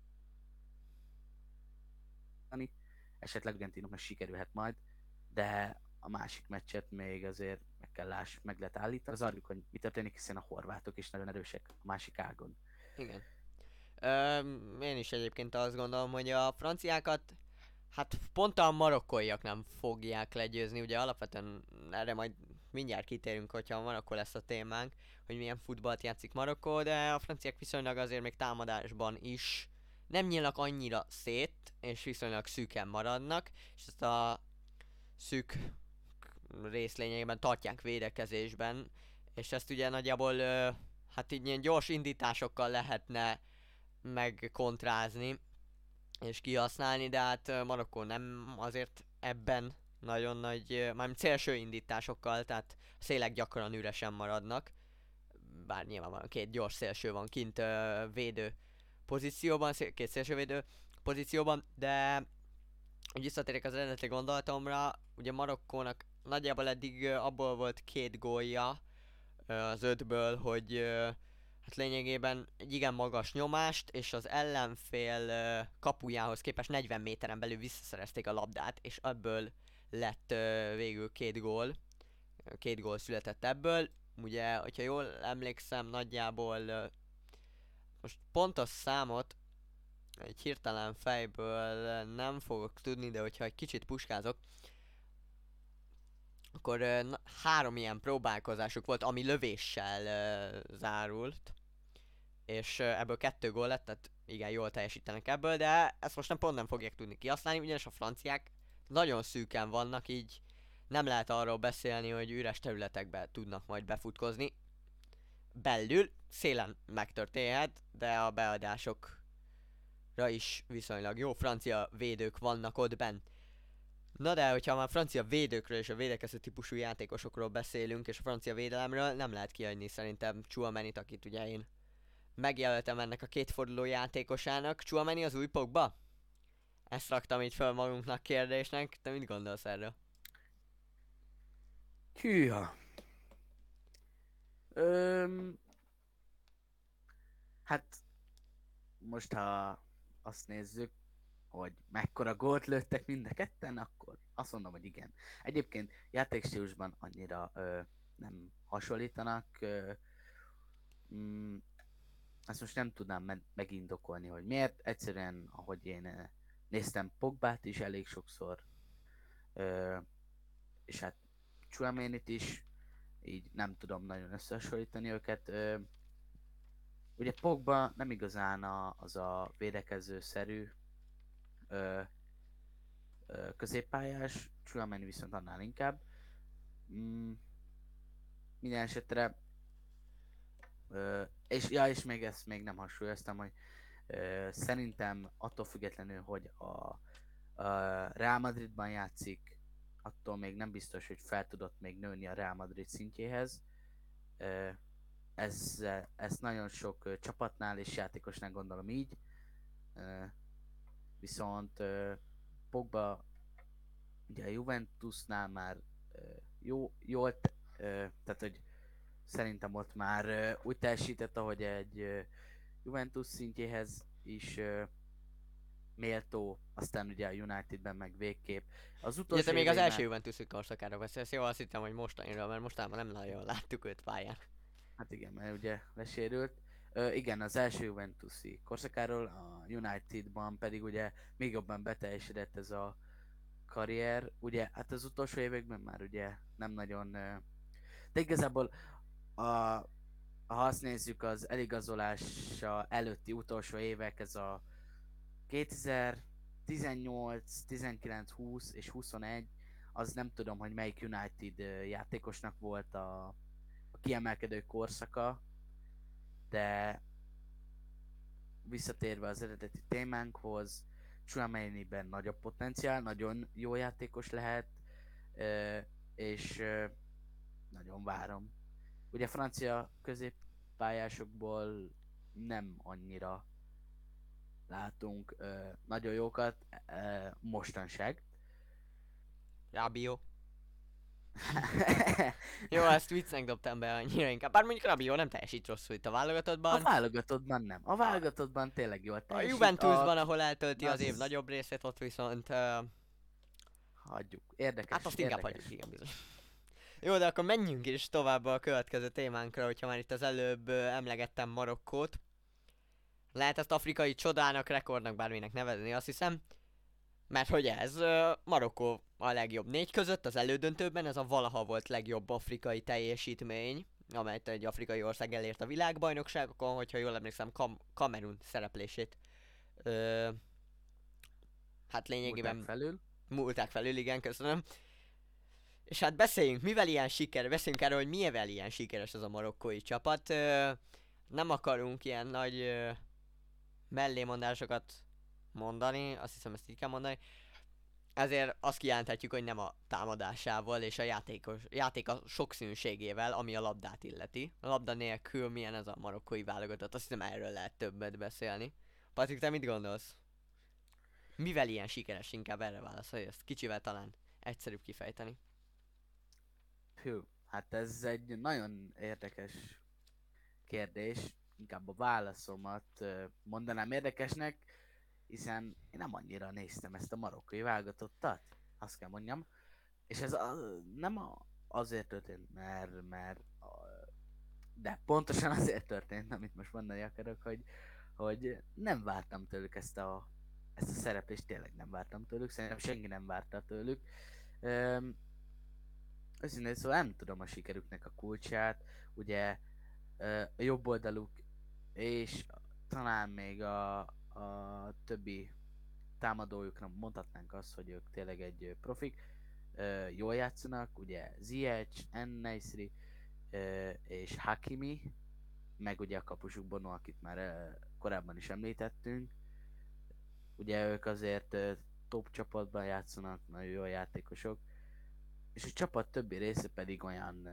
esetleg Argentinoknak sikerülhet majd, de a másik meccset még azért meg kell láss, meg lehet állítani. Az arjuk, hogy mi történik, hiszen a horvátok is nagyon erősek a másik ágon. Igen. Öm, én is egyébként azt gondolom, hogy a franciákat hát pont a marokkóiak nem fogják legyőzni, ugye alapvetően erre majd mindjárt kitérünk, hogyha a Marokkó lesz a témánk, hogy milyen futballt játszik Marokkó, de a franciák viszonylag azért még támadásban is nem nyílnak annyira szét, és viszonylag szűken maradnak, és ezt a szűk rész lényegében tartják védekezésben, és ezt ugye nagyjából ö, hát így ilyen gyors indításokkal lehetne megkontrázni és kihasználni, de hát ö, Marokkó nem azért ebben nagyon nagy, ö, mármint szélső indításokkal, tehát a szélek gyakran üresen maradnak, bár nyilvánvalóan két gyors szélső van kint ö, védő pozícióban, szél, két szélsővédő pozícióban, de hogy visszatérek az eredeti gondolatomra, ugye Marokkónak nagyjából eddig ö, abból volt két gólja ö, az ötből, hogy ö, hát lényegében egy igen magas nyomást, és az ellenfél ö, kapujához képest negyven méteren belül visszaszerezték a labdát, és ebből lett ö, végül két gól. Két gól született ebből. Ugye, hogyha jól emlékszem, nagyjából ö, most pontos számot egy hirtelen fejből nem fogok tudni, de hogyha egy kicsit puskázok, akkor ö, na, három ilyen próbálkozásuk volt, ami lövéssel ö, zárult, és ö, ebből kettő gól lett, tehát igen, jól teljesítenek ebből, de ezt most nem pont nem fogják tudni kihasználni, ugyanis a franciák nagyon szűken vannak, így nem lehet arról beszélni, hogy üres területekbe tudnak majd befutkozni. Belül szélen megtörténhet, de a beadásokra is viszonylag jó francia védők vannak ott benn. Na de, hogyha már francia védőkről és a védekező típusú játékosokról beszélünk, és a francia védelemről, nem lehet kiadni szerintem Tchouaménit, akit ugye én megjelöltem ennek a kétforduló játékosának. Tchouaméni az új Pogba? Ezt raktam így föl magunknak kérdésnek, te mit gondolsz erről? Hűha. Öm, hát most ha azt nézzük, hogy mekkora gólt lőttek mind a ketten, akkor azt mondom, hogy igen. Egyébként játékstílusban annyira ö, nem hasonlítanak. Ö, mm, ezt most nem tudnám me- megindokolni, hogy miért. Egyszerűen, ahogy én ö, néztem Pogbát is elég sokszor, ö, és hát Chouaménit is, így nem tudom nagyon összehasonlítani őket. Ö, ugye Pogba nem igazán a, az a védekezőszerű ö, ö, középpályás, Chouameni viszont annál inkább. Mm, minden esetre, ö, és, ja, és még ezt még nem hangsúlyoztam, hogy ö, szerintem attól függetlenül, hogy a, a Real Madridban játszik, attól még nem biztos, hogy fel tudott még nőni a Real Madrid szintjéhez. Ö, ez, ezt nagyon sok ö, csapatnál és játékosnál gondolom így. Ö, viszont ö, Pogba ugye a Juventusnál már ö, jó, jól, te- ö, tehát hogy szerintem ott már ö, úgy teljesített, ahogy egy ö, Juventus szintjéhez is ö, méltó, aztán ugye a Unitedben meg végképp. Az Ugye te utolsó még az első éveiben, Juventus-i korszakára beszélsz, jó, azt hittem, hogy mostaniról, mert mostanában nem nagyon láttuk őt pályán. hát igen, mert ugye lesérült. Ö, igen, az első Juventusi korszakáról, a Unitedban pedig ugye még jobban beteljesedett ez a karrier. Ugye, hát az utolsó években már ugye nem nagyon... Ö, de igazából a, ha azt nézzük, az eligazolása előtti utolsó évek, ez a kétezer-tizennyolc, tizenkilenc, húsz és huszonegy, az nem tudom, hogy melyik United ö, játékosnak volt a, a kiemelkedő korszaka, de visszatérve az eredeti témánkhoz, Chouameni-ben nagyobb potenciál, nagyon jó játékos lehet, ö, és ö, nagyon várom. Ugye francia középpályásokból nem annyira látunk ö, nagyon jókat ö, mostanság. Rabiot. Jó, ezt viccnek dobtam be annyira inkább. Bár mondjuk Rabiot nem teljesít rosszul itt a A válogatottban. válogatottban nem. A A, válogatottban tényleg jól a teljesít. A... Juventusban, ahol eltölti az év Az... nagyobb részét, ott viszont... Uh, Hagyjuk. hát Érdekes, azt inkább érdekes. hagyjuk, igen bizony. Jó, de akkor menjünk is tovább a következő témánkra, hogyha már itt az előbb uh, emlegettem Marokkót. Lehet ezt afrikai csodának, rekordnak bárminek nevezni, azt hiszem. Mert hogy ez, uh, Marokkó a legjobb négy között, az elődöntőben, ez a valaha volt legjobb afrikai teljesítmény, amelyet egy afrikai ország elért a világbajnokságokon, hogyha jól emlékszem, Kam- Kamerun szereplését. Ö, hát Múlták lényegében felül. múlták felül, igen, köszönöm. És hát beszéljünk, mivel ilyen sikeres, beszéljünk erről, hogy mivel ilyen sikeres ez a marokkói csapat. Ö, nem akarunk ilyen nagy ö, mellémondásokat mondani, azt hiszem ezt így kell mondani. Ezért azt kijelenthetjük, hogy nem a támadásával és a játékos, játék a sokszínűségével, ami a labdát illeti. A labda nélkül milyen ez a marokkói válogatott, azt hiszem erről lehet többet beszélni. Patrik, te mit gondolsz? Mivel ilyen sikeres, inkább erre válaszolj, ezt kicsivel talán egyszerűbb kifejteni. Hű, hát ez egy nagyon érdekes kérdés. Inkább a válaszomat ö, mondanám érdekesnek, hiszen én nem annyira néztem ezt a marokkai válogatottat, azt kell mondjam. És ez a, nem a, azért történt, mert, mert a, de pontosan azért történt, amit most mondani akarok, hogy, hogy nem vártam tőlük ezt a, ezt a szereplést, tényleg nem vártam tőlük, szerintem senki nem várta tőlük. Öm, Őszintén szóval nem tudom a sikerüknek a kulcsát, ugye ö, a jobb oldaluk és talán még a, a többi támadójukra mondhatnánk azt, hogy ők tényleg egy ö, profik, ö, jól játszanak, ugye Ziyech, En-Nesyri ö, és Hakimi, meg ugye a kapusuk Bono, akit már ö, korábban is említettünk. Ugye ők azért ö, top csapatban játszanak, nagyon jó játékosok, és a csapat többi része pedig olyan, ö,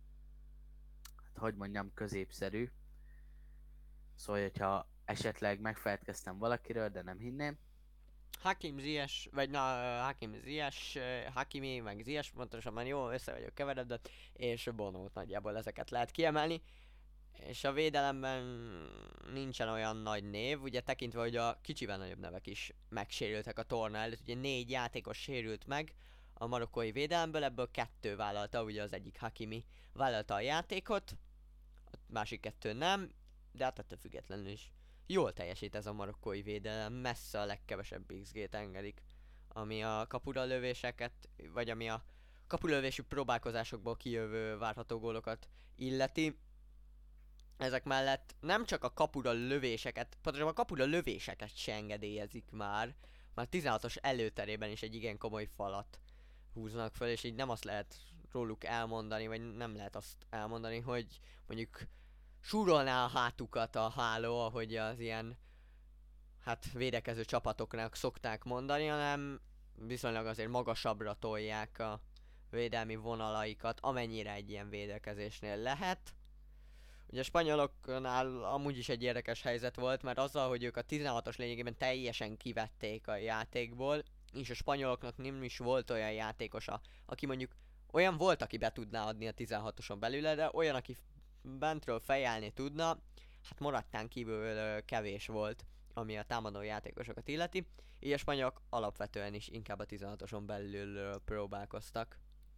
hát hogy mondjam, középszerű. Szóval, hogyha esetleg megfeledkeztem valakiről, de nem hinném, Hakim Ziyech, vagy na, Hakim Ziyech, Hakimi, meg Ziyech, pontosabban jó, össze vagyok keveredve, és Bonót nagyjából ezeket lehet kiemelni. És a védelemben nincsen olyan nagy név, ugye tekintve, hogy a kicsivel nagyobb nevek is megsérültek a torna előtt, ugye négy játékos sérült meg a marokkói védelemből, ebből kettő vállalta, ugye az egyik Hakimi vállalta a játékot, a másik kettő nem, de hát ettől függetlenül is jól teljesít ez a marokkói védelem, messze a legkevesebb iksz gét engedik, ami a kapura lövéseket, vagy ami a kapulövési próbálkozásokból kijövő várható gólokat illeti. Ezek mellett nem csak a kapura lövéseket, pontosabban a kapura lövéseket se engedélyezik már, már tizenhatos előterében is egy igen komoly falat húznak föl, és így nem azt lehet róluk elmondani, vagy nem lehet azt elmondani, hogy mondjuk súrolná a hátukat a háló, ahogy az ilyen hát védekező csapatoknak szokták mondani, hanem viszonylag azért magasabbra tolják a védelmi vonalaikat, amennyire egy ilyen védekezésnél lehet. Ugye a spanyoloknál amúgy is egy érdekes helyzet volt, mert azzal, hogy ők a tizenhatos lényegében teljesen kivették a játékból, és a spanyoloknak nem is volt olyan játékosa, aki mondjuk olyan volt, aki be tudná adni a tizenhatoson belül, de olyan, aki bentről fejelni tudna, hát Morattán kívül kevés volt, ami a támadó játékosokat illeti, így a spanyolok alapvetően is inkább a tizenhatoson belül próbálkoztak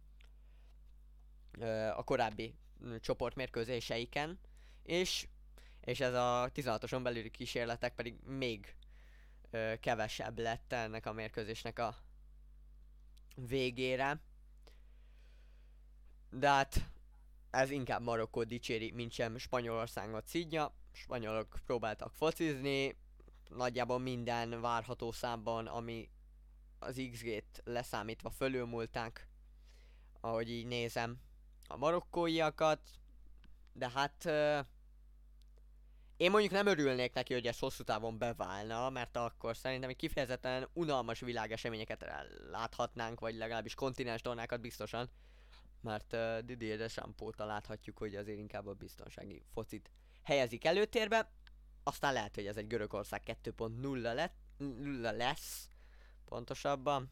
a korábbi csoportmérkőzéseiken, és, és ez a tizenhatoson belüli kísérletek pedig még ö, kevesebb lett ennek a mérkőzésnek a végére. De hát ez inkább Marokkó dicséri, mint sem Spanyolországot szidja. Spanyolok próbáltak focizni, nagyjából minden várható számban, ami az iksz gét leszámítva fölülmúlták, ahogy így nézem a marokkóiakat, de hát euh, én mondjuk nem örülnék neki, hogy ez hosszú távon beválna, mert akkor szerintem egy kifejezetten unalmas világeseményeket láthatnánk, vagy legalábbis kontinens tornákat biztosan, mert uh, Didier Deschamps óta láthatjuk, hogy azért inkább a biztonsági focit helyezik előtérbe, aztán lehet, hogy ez egy Görögország kettő pont nulla lett, nulla lesz pontosabban,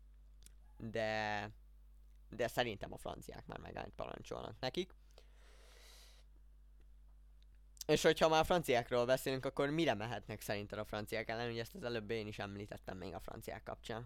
de de szerintem a franciák már megállt parancsolnak nekik. És hogyha már a franciákról beszélünk, akkor mire mehetnek szerinted a franciák ellen? Ugye ezt az előbb én is említettem még a franciák kapcsán.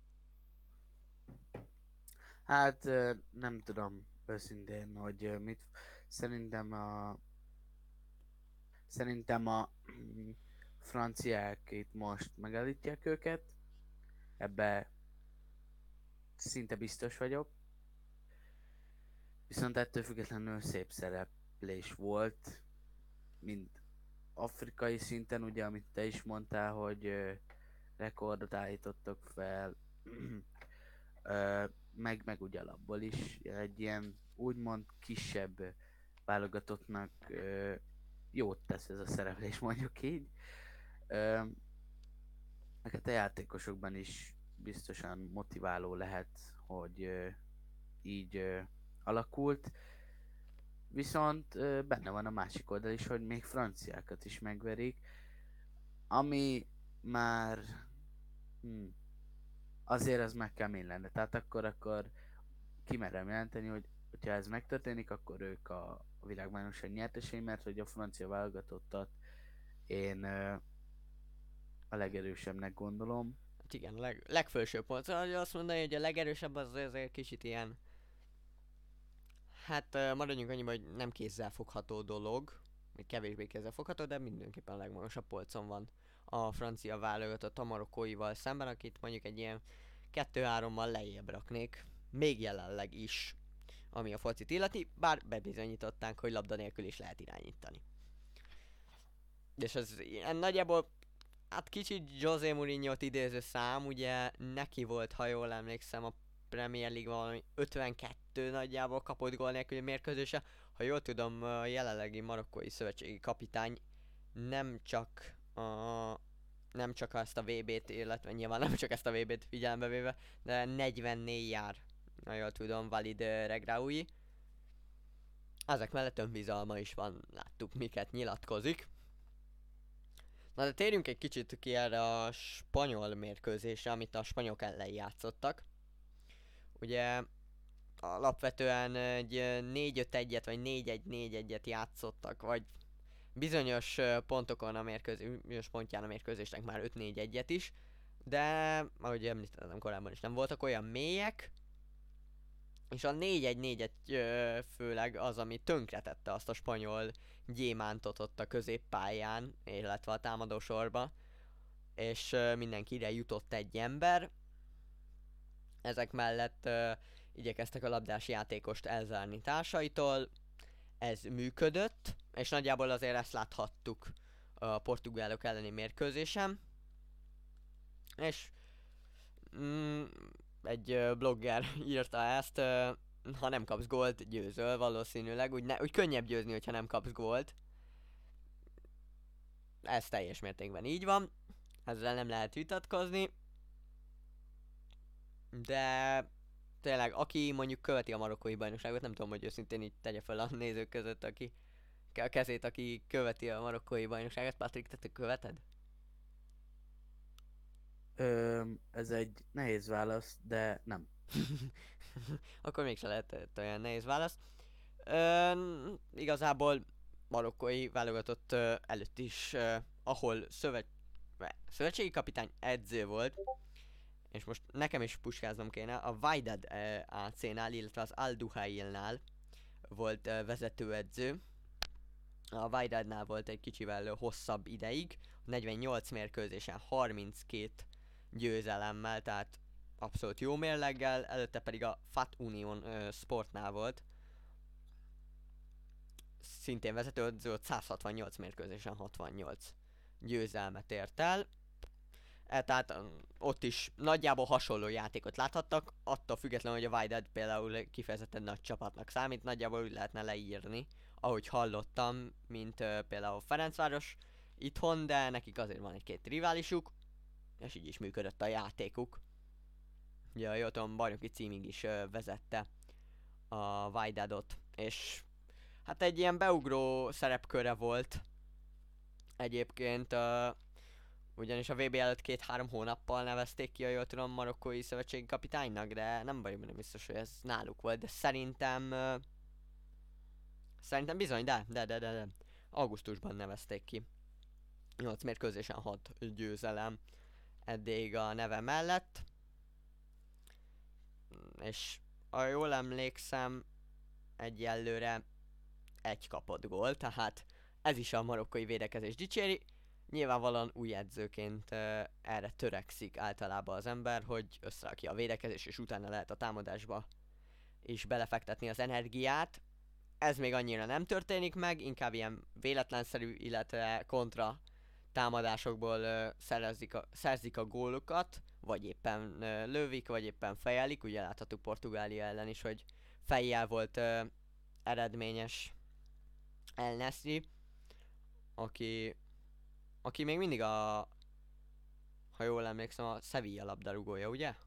Hát nem tudom őszintén, hogy mit szerintem a szerintem a franciák itt most megállítják őket. Ebbe szinte biztos vagyok. Viszont ettől függetlenül szép szereplés volt, mint afrikai szinten, ugye, amit te is mondtál, hogy ö, rekordot állítottak fel, ö, meg, meg ugye alapból is egy ilyen úgymond kisebb válogatottnak ö, jót tesz ez a szereplés, mondjuk így. Ö, Neked a játékosokban is biztosan motiváló lehet, hogy ö, így ö, alakult. Viszont ö, benne van a másik oldal is, hogy még franciákat is megverik, ami már hm, azért az meg kemény lenne. Tehát akkor, akkor kimerem jelenteni, hogy hogyha ez megtörténik, akkor ők a világbajnokság nyertesei, mert hogy a francia válogatottat én ö, a legerősebbnek gondolom. Hát igen, a leg, legfelső pont. Szóval azt mondani, hogy a legerősebb az azért kicsit ilyen, hát uh, maradjunk annyiban, hogy nem kézzel fogható dolog, még kevésbé kézzel fogható, de mindenképpen a legmagasabb polcon van a francia válogatott a marokkóival szemben, akit mondjuk egy ilyen kettő-hárommal lejjebb raknék, még jelenleg is, ami a focit illeti, bár bebizonyították, hogy labda nélkül is lehet irányítani. És ez ilyen nagyjából, hát kicsit José Mourinho-t idéző szám, ugye neki volt, ha jól emlékszem, a Premier League valami ötvenkettő nagyjából kapott gól nélküli mérkőzése. Ha jól tudom, a jelenlegi marokkói szövetségi kapitány nem csak a, nem csak ezt a vé bét, illetve nyilván nem csak ezt a vé bét figyelembe véve, de negyvennégy jár, ha jól tudom, Walid Regraoui. Ezek mellett önbizalma is van, láttuk miket nyilatkozik. Na de térjünk egy kicsit ki erre a spanyol mérkőzésre, amit a spanyolok ellen játszottak. Ugye alapvetően egy ö, négy öt egyet vagy négy egy négy egyet játszottak, vagy bizonyos ö, pontokon a mérkőzés, bizonyos pontján a mérkőzésnek már öt négy egyet is, de ahogy említettem korábban is nem voltak olyan mélyek, és a négy egy négy egy ö, főleg az, ami tönkretette azt a spanyol gyémántot ott a középpályán, illetve a támadósorba, és ö, mindenkire jutott egy ember. Ezek mellett ö, igyekeztek a labdás játékost elzárni társaitól, ez működött, és nagyjából azért ezt láthattuk a portugálok elleni mérkőzésen. És mm, egy ö, blogger írta ezt, ö, ha nem kapsz gólt, győzöl valószínűleg, úgy, ne, úgy könnyebb győzni, hogyha nem kapsz gólt. Ez teljes mértékben így van, ezzel nem lehet vitatkozni. De tényleg, aki mondjuk követi a marokkói bajnokságot, nem tudom, hogy őszintén így tegye fel a nézők között, aki a kezét, aki követi a marokkói bajnokságot. Patrik, te, te követed? Ö, ez egy nehéz válasz, de nem. Akkor mégse lehet olyan nehéz válasz. Ö, igazából marokkói válogatott ö, előtt is, ö, ahol szövet, szövetségi kapitány edző volt, és most nekem is puskáznom kéne, a Wydad uh, á cé-nál, illetve az Al Duhailnál volt uh, vezetőedző. A Wydadnál volt egy kicsivel uh, hosszabb ideig, negyvennyolc mérkőzésen harminckét győzelemmel, tehát abszolút jó mérleggel, előtte pedig a Fat Union uh, Sportnál volt. Szintén vezetőedző, ott száz hatvannyolc mérkőzésen hatvannyolc győzelmet ért el. E, tehát um, ott is nagyjából hasonló játékot láthattak, attól függetlenül, hogy a Wydad például kifejezetten nagy csapatnak számít, nagyjából úgy lehetne leírni, ahogy hallottam, mint uh, például Ferencváros itthon, de nekik azért van egy-két riválisuk, és így is működött a játékuk. Ugye, jól tudom, bajnoki címig is uh, vezette a Wydadot, és hát egy ilyen beugró szerepköre volt egyébként, uh, ugyanis a vé bé előtt két-három hónappal nevezték ki a jól tudom marokkói szövetségi kapitánynak, de nem vagyok benne biztos, hogy ez náluk volt, de szerintem... Uh, szerintem bizony, de, de, de, de, de. Augusztusban nevezték ki. nyolc mérkőzésen hat győzelem eddig a neve mellett. És ha jól emlékszem, egyelőre egy kapott gól, tehát ez is a marokkói védekezés dicséri. Nyilvánvalóan új edzőként uh, erre törekszik általában az ember, hogy összerakja a védekezés, és utána lehet a támadásba is belefektetni az energiát. Ez még annyira nem történik meg, inkább ilyen véletlenszerű, illetve kontra támadásokból uh, szerezik, a, szerzik a gólokat, vagy éppen uh, lövik, vagy éppen fejelik. Ugye láthattuk Portugália ellen is, hogy fejjel volt uh, eredményes El Nesri, aki Aki még mindig a, ha jól emlékszem, a Sevilla labdarúgója, ugye?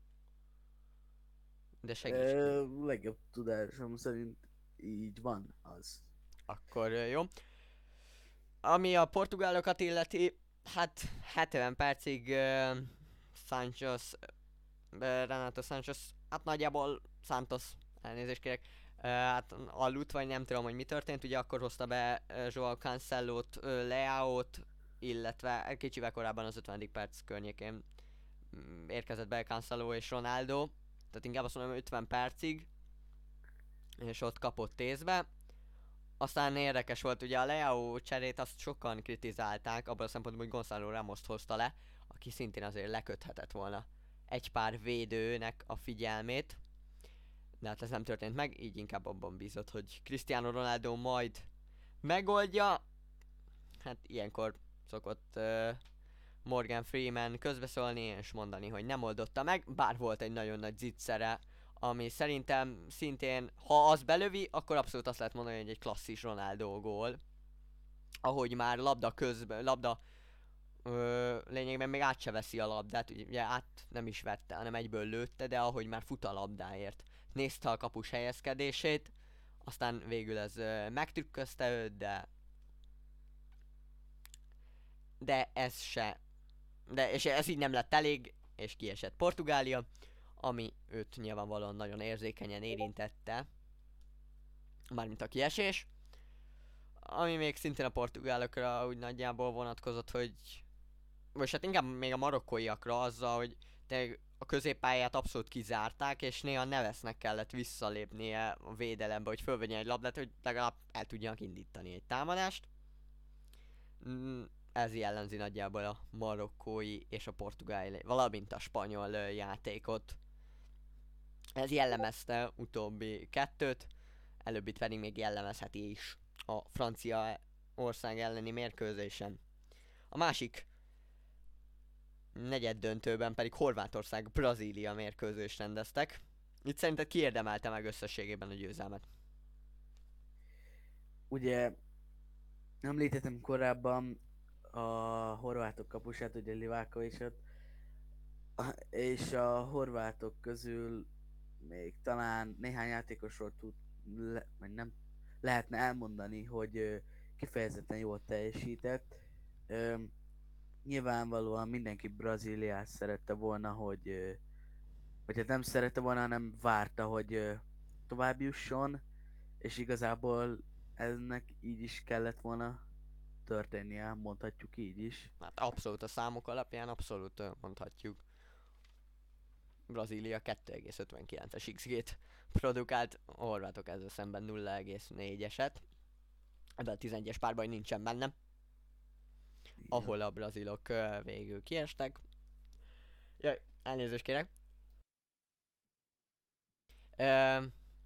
De segíts ki. Ö, legjobb tudásom szerint így van az. Akkor ö, jó. Ami a portugálokat illeti, hát hetven percig uh, Santos, uh, Renato Santos, hát nagyjából Santos, elnézést kérek, uh, hát aludt, vagy nem tudom, hogy mi történt, ugye akkor hozta be uh, Joao Cancellót, uh, Leao-t, illetve kicsivel korábban az ötvenedik perc környékén mm, érkezett be Cancelo és Ronaldo, tehát inkább azt mondom ötven percig, és ott kapott tészbe. Aztán érdekes volt, ugye a Leao cserét azt sokan kritizálták, abban a szempontból, hogy Gonzalo Ramost hozta le, aki szintén azért leköthetett volna egy pár védőnek a figyelmét, de hát ez nem történt meg, így inkább abban bízott, hogy Cristiano Ronaldo majd megoldja. Hát ilyenkor szokott uh, Morgan Freeman közbeszólni és mondani, hogy nem oldotta meg, bár volt egy nagyon nagy zicsere, ami szerintem szintén, ha az belövi, akkor abszolút azt lehet mondani, hogy egy klasszis Ronaldo gól. Ahogy már labda közben, labda ö, lényegben még át se veszi a labdát, ugye át nem is vette, hanem egyből lőtte, de ahogy már fut a labdáért. Nézte a kapus helyezkedését, aztán végül ez ö, megtrükközte őt, de de ez se, de és ez így nem lett elég, és kiesett Portugália, ami őt nyilvánvalóan nagyon érzékenyen érintette, mármint a kiesés. Ami még szintén a portugálokra úgy nagyjából vonatkozott, hogy vagy hát inkább még a marokkóiakra azzal, hogy tényleg a középpályát abszolút kizárták, és néha Nevesnek kellett visszalépnie a védelembe, hogy fölvegyen egy labdát, hogy legalább el tudjanak indítani egy támadást. Mm, ez jellemzi nagyjából a marokkói és a portugál, valamint a spanyol játékot. Ez jellemezte utóbbi kettőt, előbbit pedig még jellemezheti is a francia ország elleni mérkőzésen. A másik negyed döntőben pedig Horvátország-Brazília mérkőzést rendeztek. Itt szerinted ki érdemelte meg összességében a győzelmet? Ugye említettem korábban a horvátok kapusát, ugye Livakovicsot, és a horvátok közül még talán néhány játékosról tud, le, vagy nem lehetne elmondani, hogy ö, kifejezetten jól teljesített. Ö, nyilvánvalóan mindenki Brazíliát szerette volna, hogy ö, vagy hát nem szerette volna, hanem várta, hogy ö, tovább jusson, és igazából ennek így is kellett volna történnie, mondhatjuk így is. Hát abszolút a számok alapján abszolút ö, mondhatjuk. Brazília kettő egész ötvenkilences iksz gét produkált, a horvátok ezzel szemben nulla egész négyeset. Ebben a tizenegyes párban nincsen benne, ahol a brazilok ö, végül kiestek. Jaj, elnézést kérek. Ö,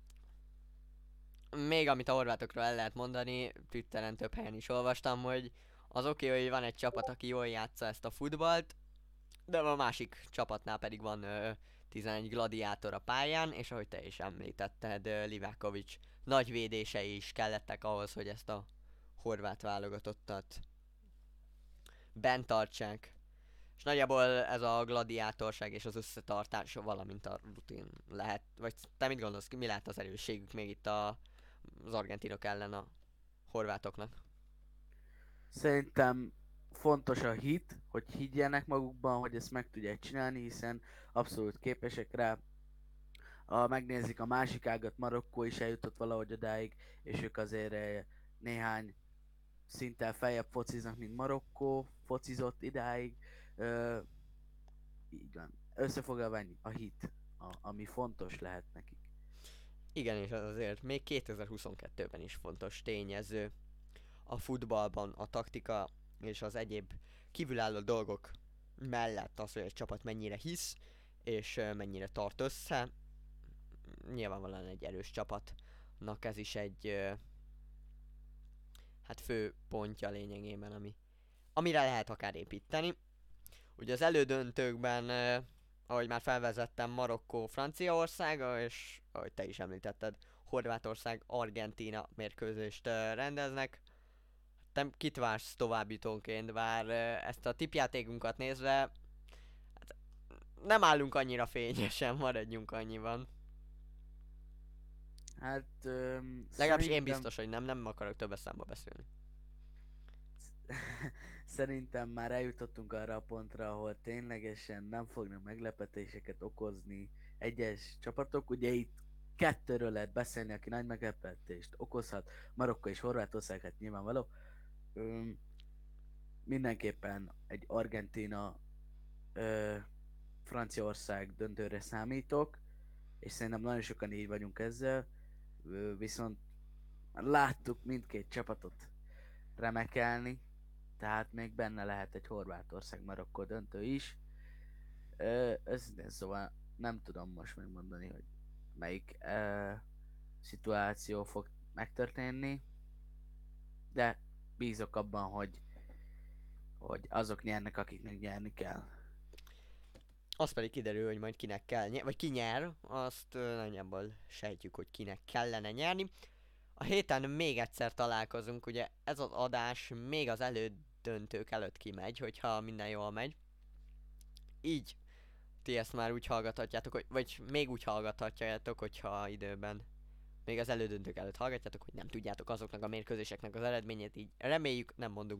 még amit a horvátokról el lehet mondani, Twitteren több helyen is olvastam, hogy az oké, okay, hogy van egy csapat, aki jól játsza ezt a futballt, de a másik csapatnál pedig van ö, tizenegy gladiátor a pályán, és ahogy te is említetted, ö, Livakovics nagy védései is kellettek ahhoz, hogy ezt a horvát válogatottat bent tartsák. És nagyjából ez a gladiátorság és az összetartás, valamint a rutin lehet, vagy te mit gondolsz, mi lehet az erősségük még itt a, az argentinok ellen a horvátoknak? Szerintem fontos a hit, hogy higgyenek magukban, hogy ezt meg tudják csinálni, hiszen abszolút képesek rá. A, megnézik a másik ágat, Marokkó is eljutott valahogy odáig, és ők azért eh, néhány szinttel feljebb fociznak, mint Marokkó focizott idáig. Ö, így van. Összefoglalva ennyi, a hit, a, ami fontos lehet nekik. Igen, és az azért még kétezer-huszonkettőben is fontos tényező. A futballban a taktika és az egyéb kívülálló dolgok mellett az, hogy egy csapat mennyire hisz, és ö, mennyire tart össze. Nyilvánvalóan egy erős csapatnak ez is egy ö, hát fő pontja lényegében, ami, amire lehet akár építeni. Ugye az elődöntőkben, ö, ahogy már felvezettem, Marokkó Franciaország, és ahogy te is említetted, Horvátország Argentína mérkőzést ö, rendeznek. Te kit vársz továbbjutónként, bár ö, ezt a tippjátékunkat nézve, hát nem állunk annyira fényesen, maradjunk annyiban. Hát öm, Legalábbis én szerintem, biztos, hogy nem, nem akarok többes számba beszélni. szerintem már eljutottunk arra a pontra, ahol ténylegesen nem fognak meglepetéseket okozni egyes csapatok. Ugye itt kettőről lehet beszélni, aki nagy meglepetést okozhat. Marokko és Horvátország, hát nyilvánvaló. Öm, mindenképpen egy Argentína, ö, Franciaország döntőre számítok, és szerintem nagyon sokan így vagyunk ezzel. Ö, viszont már láttuk mindkét csapatot remekelni, tehát még benne lehet egy Horvátország-Marokkó döntő is. Ö, ez, szóval nem tudom most megmondani, hogy melyik ö, szituáció fog megtörténni, de bízok abban, hogy, hogy azok nyernek, akiknek nyerni kell. Az pedig kiderül, hogy majd kinek kell nyer, vagy ki nyer, azt ö, nagyjából sejtjük, hogy kinek kellene nyerni. A héten még egyszer találkozunk, ugye ez az adás még az elődöntők előtt kimegy, hogyha minden jól megy. Így ti ezt már úgy hallgathatjátok, hogy, vagy még úgy hallgathatjátok, hogyha időben még az elődöntők előtt hallgatjátok, hogy nem tudjátok azoknak a mérkőzéseknek az eredményét, így reméljük, nem mondunk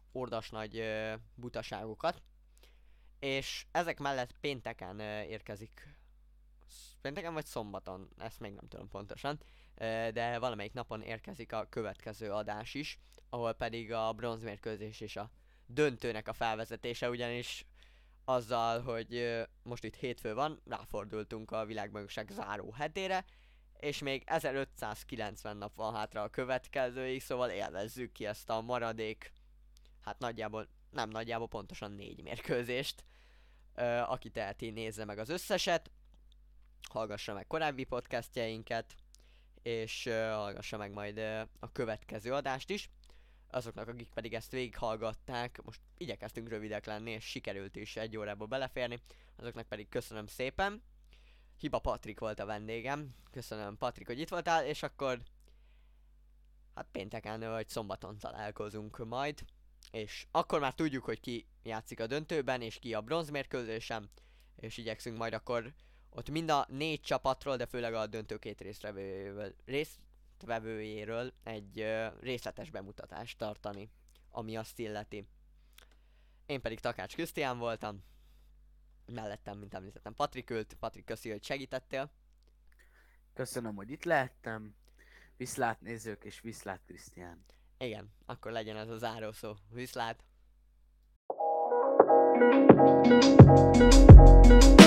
ordas nagy ö, butaságokat. És ezek mellett pénteken ö, érkezik, pénteken vagy szombaton, ezt még nem tudom pontosan, ö, de valamelyik napon érkezik a következő adás is, ahol pedig a bronzmérkőzés és a döntőnek a felvezetése, ugyanis azzal, hogy ö, most itt hétfő van, ráfordultunk a világbajnokság záró hetére, és még ezerötszázkilencven nap van hátra a következőig, szóval élvezzük ki ezt a maradék, hát nagyjából, nem nagyjából, pontosan négy mérkőzést. Ö, aki teheti, nézze meg az összeset, hallgassa meg korábbi podcastjainkat, és ö, hallgassa meg majd ö, a következő adást is. Azoknak, akik pedig ezt végighallgatták, most igyekeztünk rövidek lenni, és sikerült is egy órába beleférni, azoknak pedig köszönöm szépen. Hiba Patrik volt a vendégem, köszönöm Patrik, hogy itt voltál, és akkor hát pénteken vagy szombaton találkozunk majd, és akkor már tudjuk, hogy ki játszik a döntőben, és ki a bronzmérkőzésen, és igyekszünk majd akkor ott mind a négy csapatról, de főleg a döntő két résztvevőjéről, résztvevőjéről egy ö, részletes bemutatást tartani, ami azt illeti. Én pedig Takács Krisztián voltam, mellettem, mint említettem, Patrik ült. Patrik, köszi, hogy segítettél. Köszönöm, hogy itt lehettem. Viszlát nézők, és viszlát Krisztián. Igen, akkor legyen ez a zárószó. Viszlát!